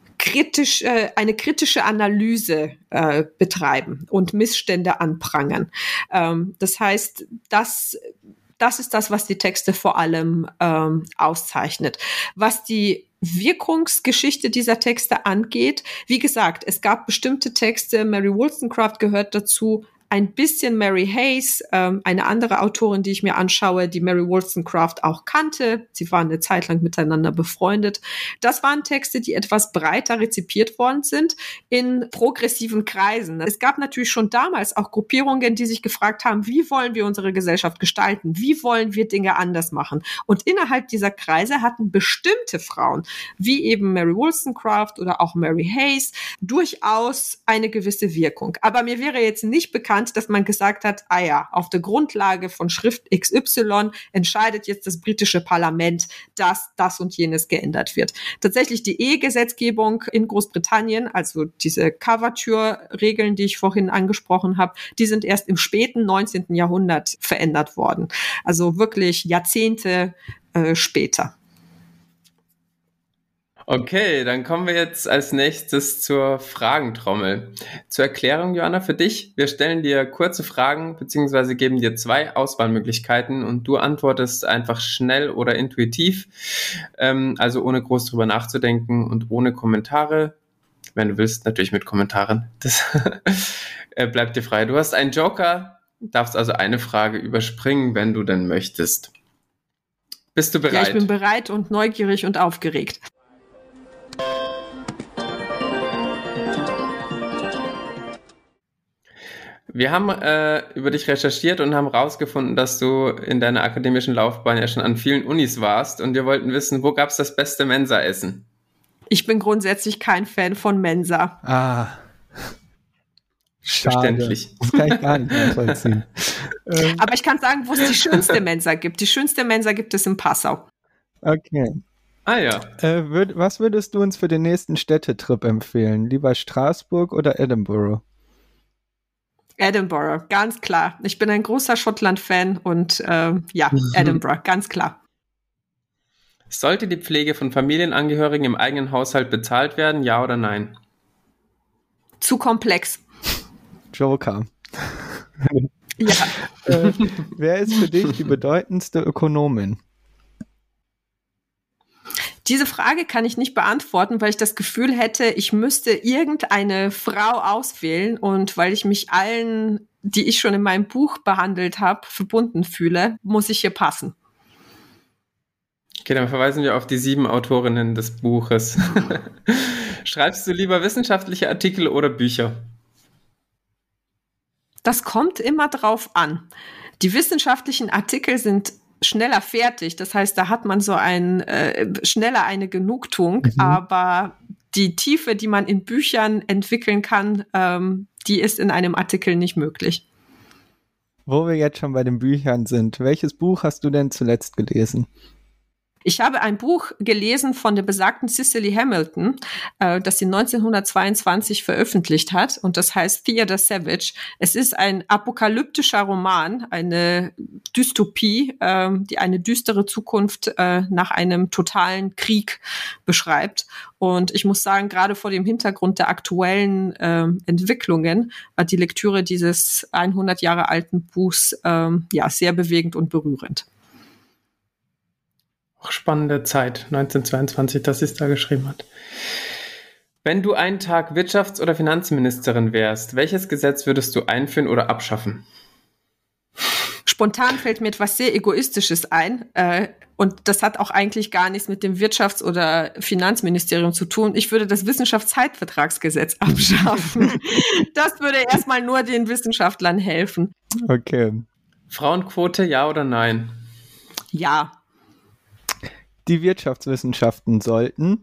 eine kritische Analyse betreiben und Missstände anprangern. Das heißt, das ist das, was die Texte vor allem auszeichnet. Was die Wirkungsgeschichte dieser Texte angeht, wie gesagt, es gab bestimmte Texte, Mary Wollstonecraft gehört dazu, ein bisschen Mary Hayes, eine andere Autorin, die ich mir anschaue, die Mary Wollstonecraft auch kannte. Sie waren eine Zeit lang miteinander befreundet. Das waren Texte, die etwas breiter rezipiert worden sind in progressiven Kreisen. Es gab natürlich schon damals auch Gruppierungen, die sich gefragt haben, wie wollen wir unsere Gesellschaft gestalten? Wie wollen wir Dinge anders machen? Und innerhalb dieser Kreise hatten bestimmte Frauen, wie eben Mary Wollstonecraft oder auch Mary Hayes, durchaus eine gewisse Wirkung. Aber mir wäre jetzt nicht bekannt, dass man gesagt hat, auf der Grundlage von Schrift XY entscheidet jetzt das britische Parlament, dass das und jenes geändert wird. Tatsächlich die Ehegesetzgebung in Großbritannien, also diese Covertür-Regeln, die ich vorhin angesprochen habe, die sind erst im späten 19. Jahrhundert verändert worden. Also wirklich Jahrzehnte später. Okay, dann kommen wir jetzt als nächstes zur Fragentrommel. Zur Erklärung, Joanna, für dich. Wir stellen dir kurze Fragen bzw. geben dir 2 Auswahlmöglichkeiten und du antwortest einfach schnell oder intuitiv, also ohne groß drüber nachzudenken und ohne Kommentare. Wenn du willst, natürlich mit Kommentaren. Das bleibt dir frei. Du hast einen Joker, darfst also eine Frage überspringen, wenn du denn möchtest. Bist du bereit? Ja, ich bin bereit und neugierig und aufgeregt. Wir haben über dich recherchiert und haben herausgefunden, dass du in deiner akademischen Laufbahn ja schon an vielen Unis warst und wir wollten wissen, wo gab es das beste Mensa-Essen? Ich bin grundsätzlich kein Fan von Mensa. Verständlich. Das kann ich gar nicht nachvollziehen. Aber ich kann sagen, wo es die schönste Mensa gibt. Die schönste Mensa gibt es in Passau. Okay. Ah ja. Was würdest du uns für den nächsten Städtetrip empfehlen? Lieber Straßburg oder Edinburgh? Edinburgh, ganz klar. Ich bin ein großer Schottland-Fan und Edinburgh, ganz klar. Sollte die Pflege von Familienangehörigen im eigenen Haushalt bezahlt werden, ja oder nein? Zu komplex. Joker. Ja. Wer ist für dich die bedeutendste Ökonomin? Diese Frage kann ich nicht beantworten, weil ich das Gefühl hätte, ich müsste irgendeine Frau auswählen und weil ich mich allen, die ich schon in meinem Buch behandelt habe, verbunden fühle, muss ich hier passen. Okay, dann verweisen wir auf die 7 Autorinnen des Buches. Schreibst du lieber wissenschaftliche Artikel oder Bücher? Das kommt immer drauf an. Die wissenschaftlichen Artikel sind schneller fertig. Das heißt, da hat man so schneller eine Genugtuung, aber die Tiefe, die man in Büchern entwickeln kann, die ist in einem Artikel nicht möglich. Wo wir jetzt schon bei den Büchern sind, welches Buch hast du denn zuletzt gelesen? Ich habe ein Buch gelesen von der besagten Cicely Hamilton, das sie 1922 veröffentlicht hat und das heißt Theodore Savage. Es ist ein apokalyptischer Roman, eine Dystopie, die eine düstere Zukunft nach einem totalen Krieg beschreibt. Und ich muss sagen, gerade vor dem Hintergrund der aktuellen Entwicklungen war die Lektüre dieses 100 Jahre alten Buchs sehr bewegend und berührend. Auch spannende Zeit, 1922, dass sie es da geschrieben hat. Wenn du einen Tag Wirtschafts- oder Finanzministerin wärst, welches Gesetz würdest du einführen oder abschaffen? Spontan fällt mir etwas sehr Egoistisches ein. Und das hat auch eigentlich gar nichts mit dem Wirtschafts- oder Finanzministerium zu tun. Ich würde das Wissenschaftszeitvertragsgesetz abschaffen. Das würde erstmal nur den Wissenschaftlern helfen. Okay. Frauenquote, ja oder nein? Ja. Die Wirtschaftswissenschaften sollten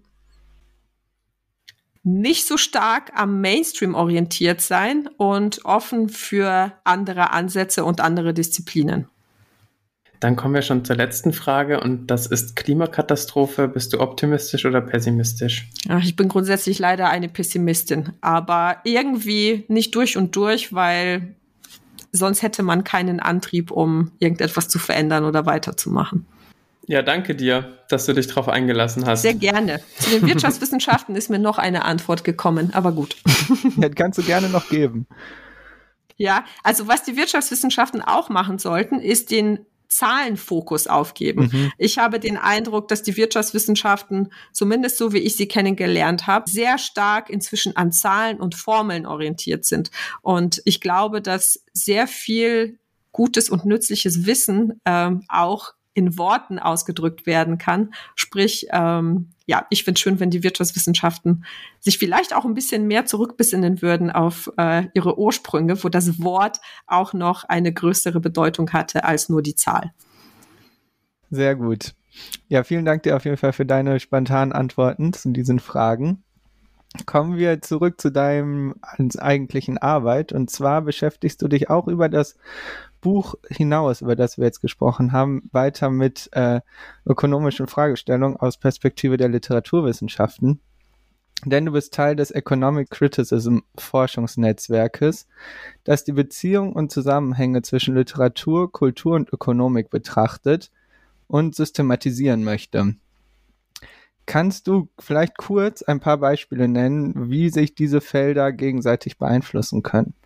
nicht so stark am Mainstream orientiert sein und offen für andere Ansätze und andere Disziplinen. Dann kommen wir schon zur letzten Frage und das ist Klimakatastrophe. Bist du optimistisch oder pessimistisch? Ich bin grundsätzlich leider eine Pessimistin, aber irgendwie nicht durch und durch, weil sonst hätte man keinen Antrieb, um irgendetwas zu verändern oder weiterzumachen. Ja, danke dir, dass du dich darauf eingelassen hast. Sehr gerne. Zu den Wirtschaftswissenschaften ist mir noch eine Antwort gekommen, aber gut. Ja, kannst du gerne noch geben. Ja, also was die Wirtschaftswissenschaften auch machen sollten, ist den Zahlenfokus aufgeben. Ich habe den Eindruck, dass die Wirtschaftswissenschaften, zumindest so wie ich sie kennengelernt habe, sehr stark inzwischen an Zahlen und Formeln orientiert sind. Und ich glaube, dass sehr viel gutes und nützliches Wissen auch in Worten ausgedrückt werden kann. Sprich, ich finde es schön, wenn die Wirtschaftswissenschaften sich vielleicht auch ein bisschen mehr zurückbesinnen würden auf ihre Ursprünge, wo das Wort auch noch eine größere Bedeutung hatte als nur die Zahl. Sehr gut. Ja, vielen Dank dir auf jeden Fall für deine spontanen Antworten zu diesen Fragen. Kommen wir zurück zu deinem eigentlichen Arbeit. Und zwar beschäftigst du dich auch über das Buch hinaus, über das wir jetzt gesprochen haben, weiter mit ökonomischen Fragestellungen aus Perspektive der Literaturwissenschaften. Denn du bist Teil des Economic Criticism Forschungsnetzwerkes, das die Beziehung und Zusammenhänge zwischen Literatur, Kultur und Ökonomik betrachtet und systematisieren möchte. Kannst du vielleicht kurz ein paar Beispiele nennen, wie sich diese Felder gegenseitig beeinflussen können?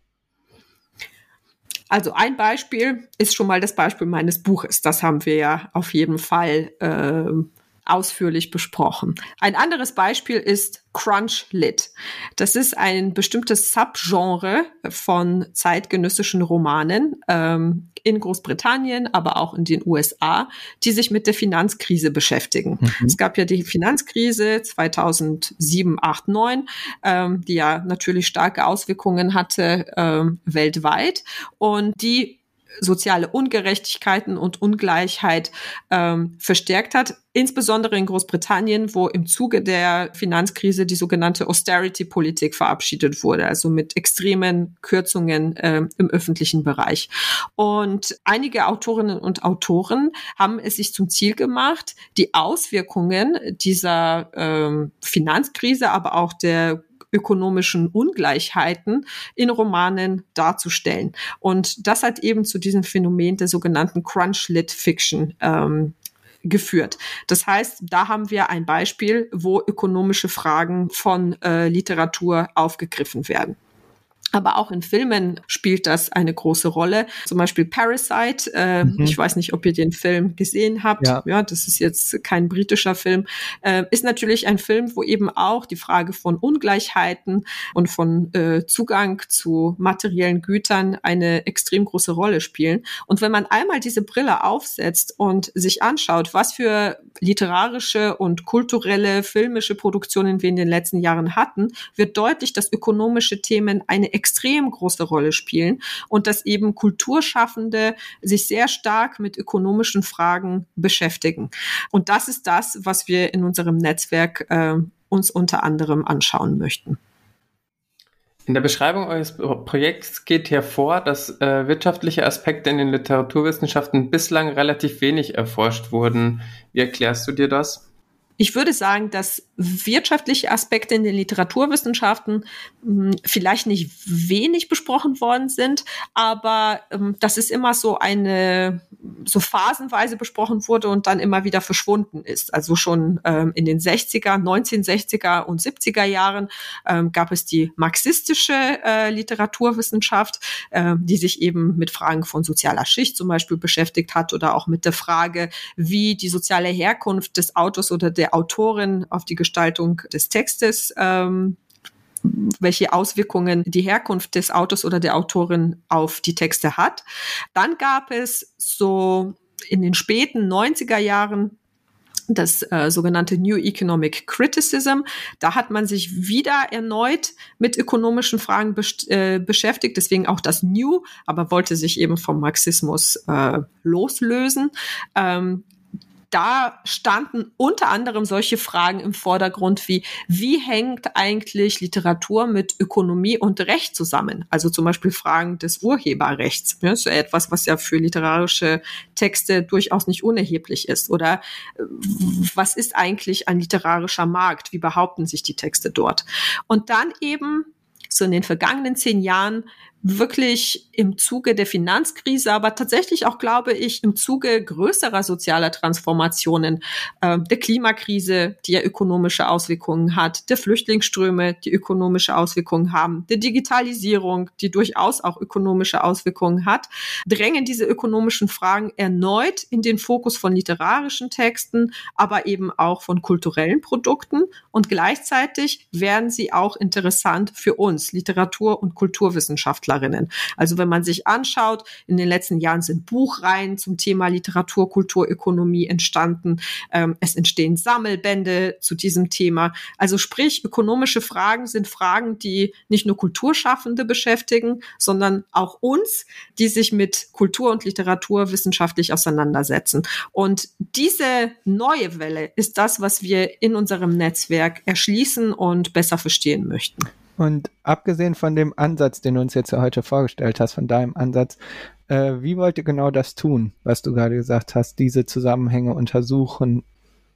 Also ein Beispiel ist schon mal das Beispiel meines Buches. Das haben wir ja auf jeden Fall ausführlich besprochen. Ein anderes Beispiel ist Crunch Lit. Das ist ein bestimmtes Subgenre von zeitgenössischen Romanen in Großbritannien, aber auch in den USA, die sich mit der Finanzkrise beschäftigen. Es gab ja die Finanzkrise 2007, 8, 9, die ja natürlich starke Auswirkungen hatte weltweit und die soziale Ungerechtigkeiten und Ungleichheit verstärkt hat, insbesondere in Großbritannien, wo im Zuge der Finanzkrise die sogenannte Austerity-Politik verabschiedet wurde, also mit extremen Kürzungen im öffentlichen Bereich. Und einige Autorinnen und Autoren haben es sich zum Ziel gemacht, die Auswirkungen dieser Finanzkrise, aber auch der ökonomischen Ungleichheiten in Romanen darzustellen. Und das hat eben zu diesem Phänomen der sogenannten Crunch-Lit-Fiction geführt. Das heißt, da haben wir ein Beispiel, wo ökonomische Fragen von Literatur aufgegriffen werden. Aber auch in Filmen spielt das eine große Rolle. Zum Beispiel Parasite. Ich weiß nicht, ob ihr den Film gesehen habt. Ja, das ist jetzt kein britischer Film. Ist natürlich ein Film, wo eben auch die Frage von Ungleichheiten und von Zugang zu materiellen Gütern eine extrem große Rolle spielen. Und wenn man einmal diese Brille aufsetzt und sich anschaut, was für literarische und kulturelle, filmische Produktionen wir in den letzten Jahren hatten, wird deutlich, dass ökonomische Themen eine extrem große Rolle spielen und dass eben Kulturschaffende sich sehr stark mit ökonomischen Fragen beschäftigen. Und das ist das, was wir in unserem Netzwerk uns unter anderem anschauen möchten. In der Beschreibung eures Projekts geht hervor, dass wirtschaftliche Aspekte in den Literaturwissenschaften bislang relativ wenig erforscht wurden. Wie erklärst du dir das? Ich würde sagen, dass wirtschaftliche Aspekte in den Literaturwissenschaften vielleicht nicht wenig besprochen worden sind, aber dass es immer so phasenweise besprochen wurde und dann immer wieder verschwunden ist. Also schon in den 1960er und 70er Jahren gab es die marxistische Literaturwissenschaft, die sich eben mit Fragen von sozialer Schicht zum Beispiel beschäftigt hat oder auch mit der Frage, wie die soziale Herkunft des Autors oder der Autorin auf die Gestaltung des Textes, welche Auswirkungen die Herkunft des Autors oder der Autorin auf die Texte hat. Dann gab es so in den späten 90er Jahren das sogenannte New Economic Criticism. Da hat man sich wieder erneut mit ökonomischen Fragen beschäftigt, deswegen auch das New, aber wollte sich eben vom Marxismus loslösen. Da standen unter anderem solche Fragen im Vordergrund wie hängt eigentlich Literatur mit Ökonomie und Recht zusammen? Also zum Beispiel Fragen des Urheberrechts. Ja, so etwas, was ja für literarische Texte durchaus nicht unerheblich ist. Oder was ist eigentlich ein literarischer Markt? Wie behaupten sich die Texte dort? Und dann eben so in den vergangenen 10 Jahren wirklich im Zuge der Finanzkrise, aber tatsächlich auch, glaube ich, im Zuge größerer sozialer Transformationen, der Klimakrise, die ja ökonomische Auswirkungen hat, der Flüchtlingsströme, die ökonomische Auswirkungen haben, der Digitalisierung, die durchaus auch ökonomische Auswirkungen hat, drängen diese ökonomischen Fragen erneut in den Fokus von literarischen Texten, aber eben auch von kulturellen Produkten, und gleichzeitig werden sie auch interessant für uns, Literatur- und Kulturwissenschaftlerinnen. Also wenn man sich anschaut, in den letzten Jahren sind Buchreihen zum Thema Literatur, Kultur, Ökonomie entstanden. Es entstehen Sammelbände zu diesem Thema. Also sprich, ökonomische Fragen sind Fragen, die nicht nur Kulturschaffende beschäftigen, sondern auch uns, die sich mit Kultur und Literatur wissenschaftlich auseinandersetzen. Und diese neue Welle ist das, was wir in unserem Netzwerk erschließen und besser verstehen möchten. Und abgesehen von dem Ansatz, den du uns jetzt heute vorgestellt hast, von deinem Ansatz, wie wollt ihr genau das tun, was du gerade gesagt hast, diese Zusammenhänge untersuchen?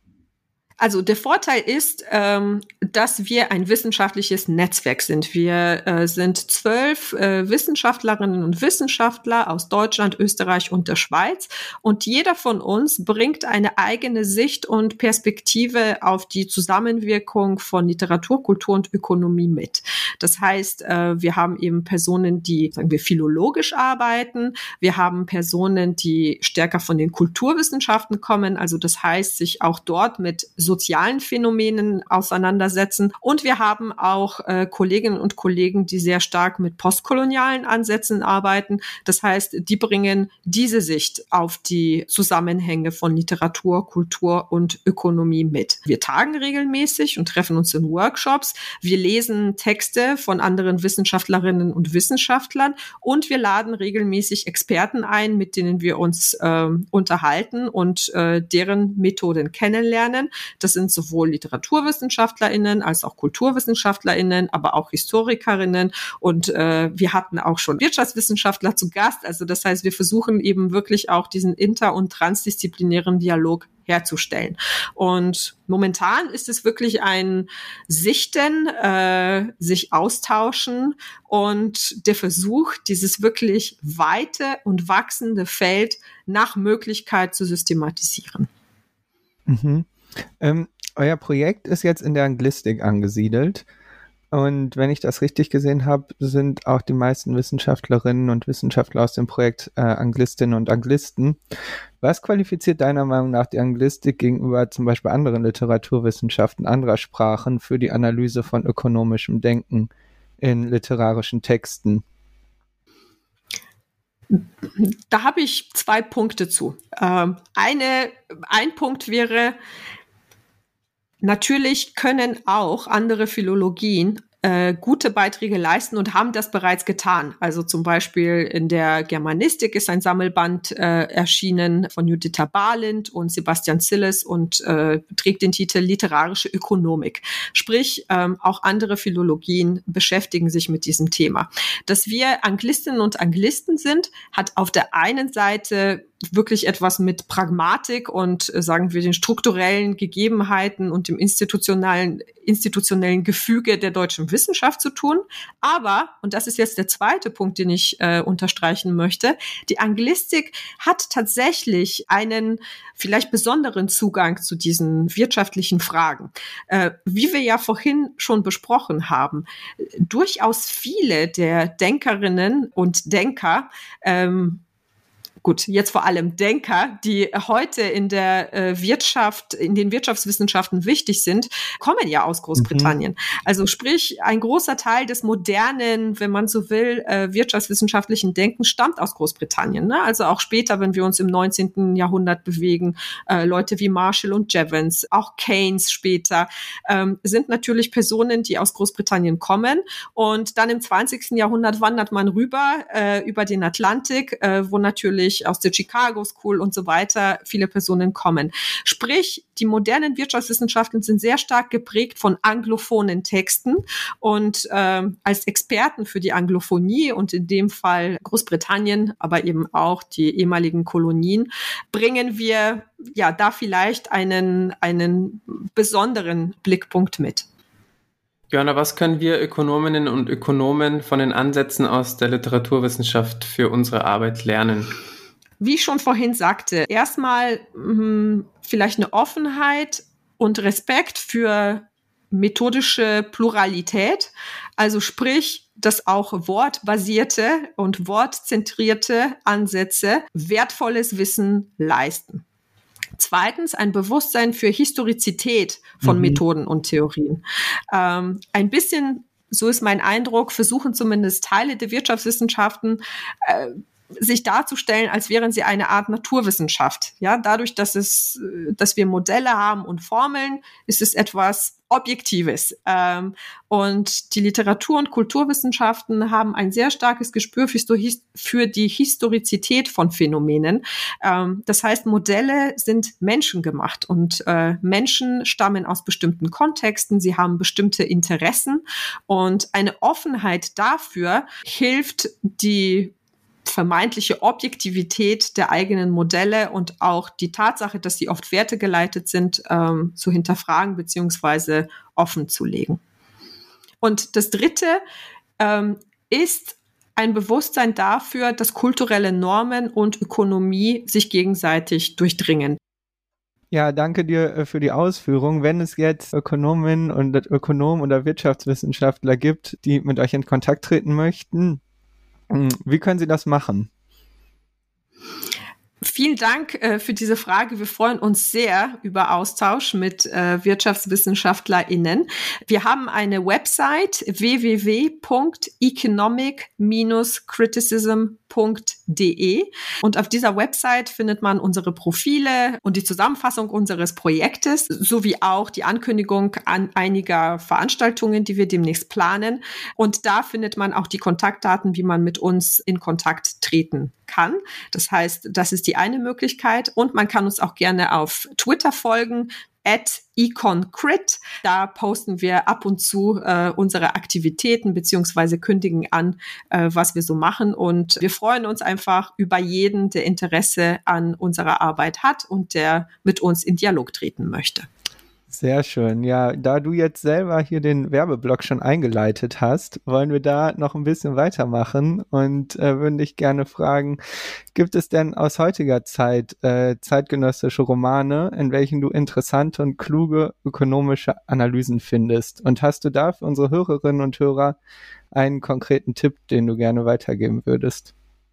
Also der Vorteil ist, dass wir ein wissenschaftliches Netzwerk sind. Wir sind 12 Wissenschaftlerinnen und Wissenschaftler aus Deutschland, Österreich und der Schweiz. Und jeder von uns bringt eine eigene Sicht und Perspektive auf die Zusammenwirkung von Literatur, Kultur und Ökonomie mit. Das heißt, wir haben eben Personen, die, sagen wir, philologisch arbeiten. Wir haben Personen, die stärker von den Kulturwissenschaften kommen. Also das heißt, sich auch dort mit sozialen Phänomenen auseinandersetzen. Und wir haben auch Kolleginnen und Kollegen, die sehr stark mit postkolonialen Ansätzen arbeiten. Das heißt, die bringen diese Sicht auf die Zusammenhänge von Literatur, Kultur und Ökonomie mit. Wir tagen regelmäßig und treffen uns in Workshops. Wir lesen Texte von anderen Wissenschaftlerinnen und Wissenschaftlern und wir laden regelmäßig Experten ein, mit denen wir uns unterhalten und deren Methoden kennenlernen. Das sind sowohl LiteraturwissenschaftlerInnen als auch KulturwissenschaftlerInnen, aber auch HistorikerInnen. Und wir hatten auch schon Wirtschaftswissenschaftler zu Gast. Also das heißt, wir versuchen eben wirklich auch diesen inter- und transdisziplinären Dialog herzustellen. Und momentan ist es wirklich ein Sichten, sich austauschen und der Versuch, dieses wirklich weite und wachsende Feld nach Möglichkeit zu systematisieren. Mhm. Euer Projekt ist jetzt in der Anglistik angesiedelt und wenn ich das richtig gesehen habe, sind auch die meisten Wissenschaftlerinnen und Wissenschaftler aus dem Projekt Anglistinnen und Anglisten. Was qualifiziert deiner Meinung nach die Anglistik gegenüber zum Beispiel anderen Literaturwissenschaften anderer Sprachen für die Analyse von ökonomischem Denken in literarischen Texten? Da habe ich 2 Punkte zu. Ein Punkt wäre, natürlich können auch andere Philologien gute Beiträge leisten und haben das bereits getan. Also zum Beispiel in der Germanistik ist ein Sammelband erschienen von Juditha Barlind und Sebastian Zilles und trägt den Titel Literarische Ökonomik. Sprich, auch andere Philologien beschäftigen sich mit diesem Thema. Dass wir Anglistinnen und Anglisten sind, hat auf der einen Seite wirklich etwas mit Pragmatik und, sagen wir, den strukturellen Gegebenheiten und dem institutionellen Gefüge der deutschen Wissenschaft zu tun. Aber, und das ist jetzt der zweite Punkt, den ich unterstreichen möchte, die Anglistik hat tatsächlich einen vielleicht besonderen Zugang zu diesen wirtschaftlichen Fragen. Wie wir ja vorhin schon besprochen haben, durchaus viele der Denkerinnen und Denker, jetzt vor allem Denker, die heute in der Wirtschaft, in den Wirtschaftswissenschaften wichtig sind, kommen ja aus Großbritannien. Also sprich, ein großer Teil des modernen, wenn man so will, wirtschaftswissenschaftlichen Denkens stammt aus Großbritannien. Ne? Also auch später, wenn wir uns im 19. Jahrhundert bewegen, Leute wie Marshall und Jevons, auch Keynes später, sind natürlich Personen, die aus Großbritannien kommen. Und dann im 20. Jahrhundert wandert man rüber über den Atlantik, wo natürlich aus der Chicago School und so weiter viele Personen kommen. Sprich, die modernen Wirtschaftswissenschaften sind sehr stark geprägt von anglophonen Texten und als Experten für die Anglophonie und in dem Fall Großbritannien, aber eben auch die ehemaligen Kolonien, bringen wir da vielleicht einen besonderen Blickpunkt mit. Joanna, was können wir Ökonominnen und Ökonomen von den Ansätzen aus der Literaturwissenschaft für unsere Arbeit lernen? Wie ich schon vorhin sagte, erstmal vielleicht eine Offenheit und Respekt für methodische Pluralität, also sprich, dass auch wortbasierte und wortzentrierte Ansätze wertvolles Wissen leisten. Zweitens, ein Bewusstsein für Historizität von Methoden und Theorien. Ein bisschen, so ist mein Eindruck, versuchen zumindest Teile der Wirtschaftswissenschaften sich darzustellen, als wären sie eine Art Naturwissenschaft. Ja, dadurch, dass wir Modelle haben und Formeln, ist es etwas Objektives. Und die Literatur- und Kulturwissenschaften haben ein sehr starkes Gespür für die Historizität von Phänomenen. Das heißt, Modelle sind menschengemacht und Menschen stammen aus bestimmten Kontexten, sie haben bestimmte Interessen und eine Offenheit dafür hilft, die vermeintliche Objektivität der eigenen Modelle und auch die Tatsache, dass sie oft wertegeleitet sind, zu hinterfragen bzw. offen zu legen. Und das Dritte ist ein Bewusstsein dafür, dass kulturelle Normen und Ökonomie sich gegenseitig durchdringen. Ja, danke dir für die Ausführung. Wenn es jetzt Ökonominnen und Ökonomen oder Wirtschaftswissenschaftler gibt, die mit euch in Kontakt treten möchten, wie können sie das machen? Vielen Dank für diese Frage. Wir freuen uns sehr über Austausch mit WirtschaftswissenschaftlerInnen. Wir haben eine Website www.economic-criticism.de und auf dieser Website findet man unsere Profile und die Zusammenfassung unseres Projektes sowie auch die Ankündigung an einiger Veranstaltungen, die wir demnächst planen. Und da findet man auch die Kontaktdaten, wie man mit uns in Kontakt treten kann. Das heißt, das ist die eine Möglichkeit und man kann uns auch gerne auf Twitter folgen, @econcrit. Da posten wir ab und zu unsere Aktivitäten beziehungsweise kündigen an, was wir so machen und wir freuen uns einfach über jeden, der Interesse an unserer Arbeit hat und der mit uns in Dialog treten möchte. Sehr schön. Ja, da du jetzt selber hier den Werbeblock schon eingeleitet hast, wollen wir da noch ein bisschen weitermachen und würden dich gerne fragen, gibt es denn aus heutiger Zeit zeitgenössische Romane, in welchen du interessante und kluge ökonomische Analysen findest? Und hast du da für unsere Hörerinnen und Hörer einen konkreten Tipp, den du gerne weitergeben würdest?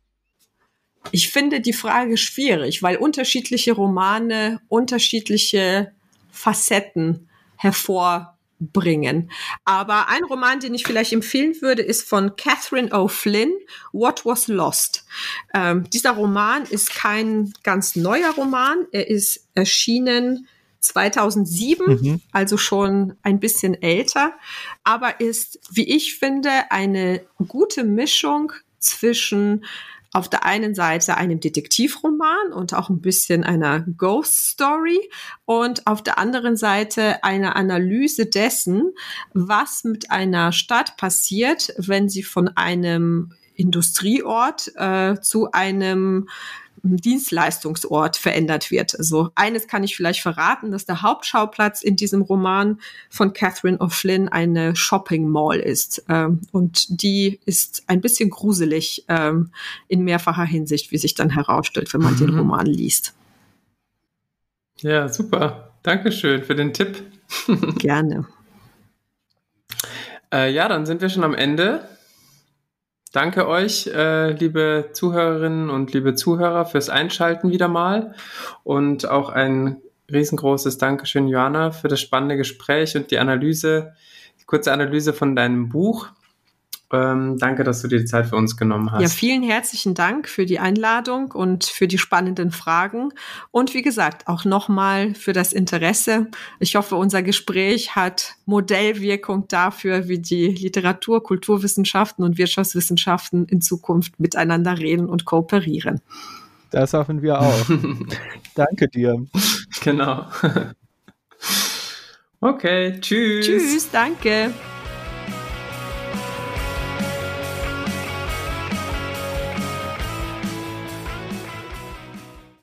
Ich finde die Frage schwierig, weil unterschiedliche Romane unterschiedliche Facetten hervorbringen. Aber ein Roman, den ich vielleicht empfehlen würde, ist von Catherine O'Flynn, What Was Lost. Dieser Roman ist kein ganz neuer Roman. Er ist erschienen 2007, also schon ein bisschen älter, aber ist, wie ich finde, eine gute Mischung zwischen auf der einen Seite einem Detektivroman und auch ein bisschen einer Ghost Story und auf der anderen Seite eine Analyse dessen, was mit einer Stadt passiert, wenn sie von einem Industrieort zu einem Dienstleistungsort verändert wird. Also eines kann ich vielleicht verraten, dass der Hauptschauplatz in diesem Roman von Catherine O'Flynn eine Shopping Mall ist. Und die ist ein bisschen gruselig in mehrfacher Hinsicht, wie sich dann herausstellt, wenn man den Roman liest. Ja, super. Dankeschön für den Tipp. Gerne. Ja, dann sind wir schon am Ende. Danke euch, liebe Zuhörerinnen und liebe Zuhörer, fürs Einschalten wieder mal und auch ein riesengroßes Dankeschön, Joanna, für das spannende Gespräch und die kurze Analyse von deinem Buch. Danke, dass du dir die Zeit für uns genommen hast. Ja, vielen herzlichen Dank für die Einladung und für die spannenden Fragen. Und wie gesagt, auch nochmal für das Interesse. Ich hoffe, unser Gespräch hat Modellwirkung dafür, wie die Literatur, Kulturwissenschaften und Wirtschaftswissenschaften in Zukunft miteinander reden und kooperieren. Das hoffen wir auch. Danke dir. Genau. Okay, tschüss. Tschüss, danke.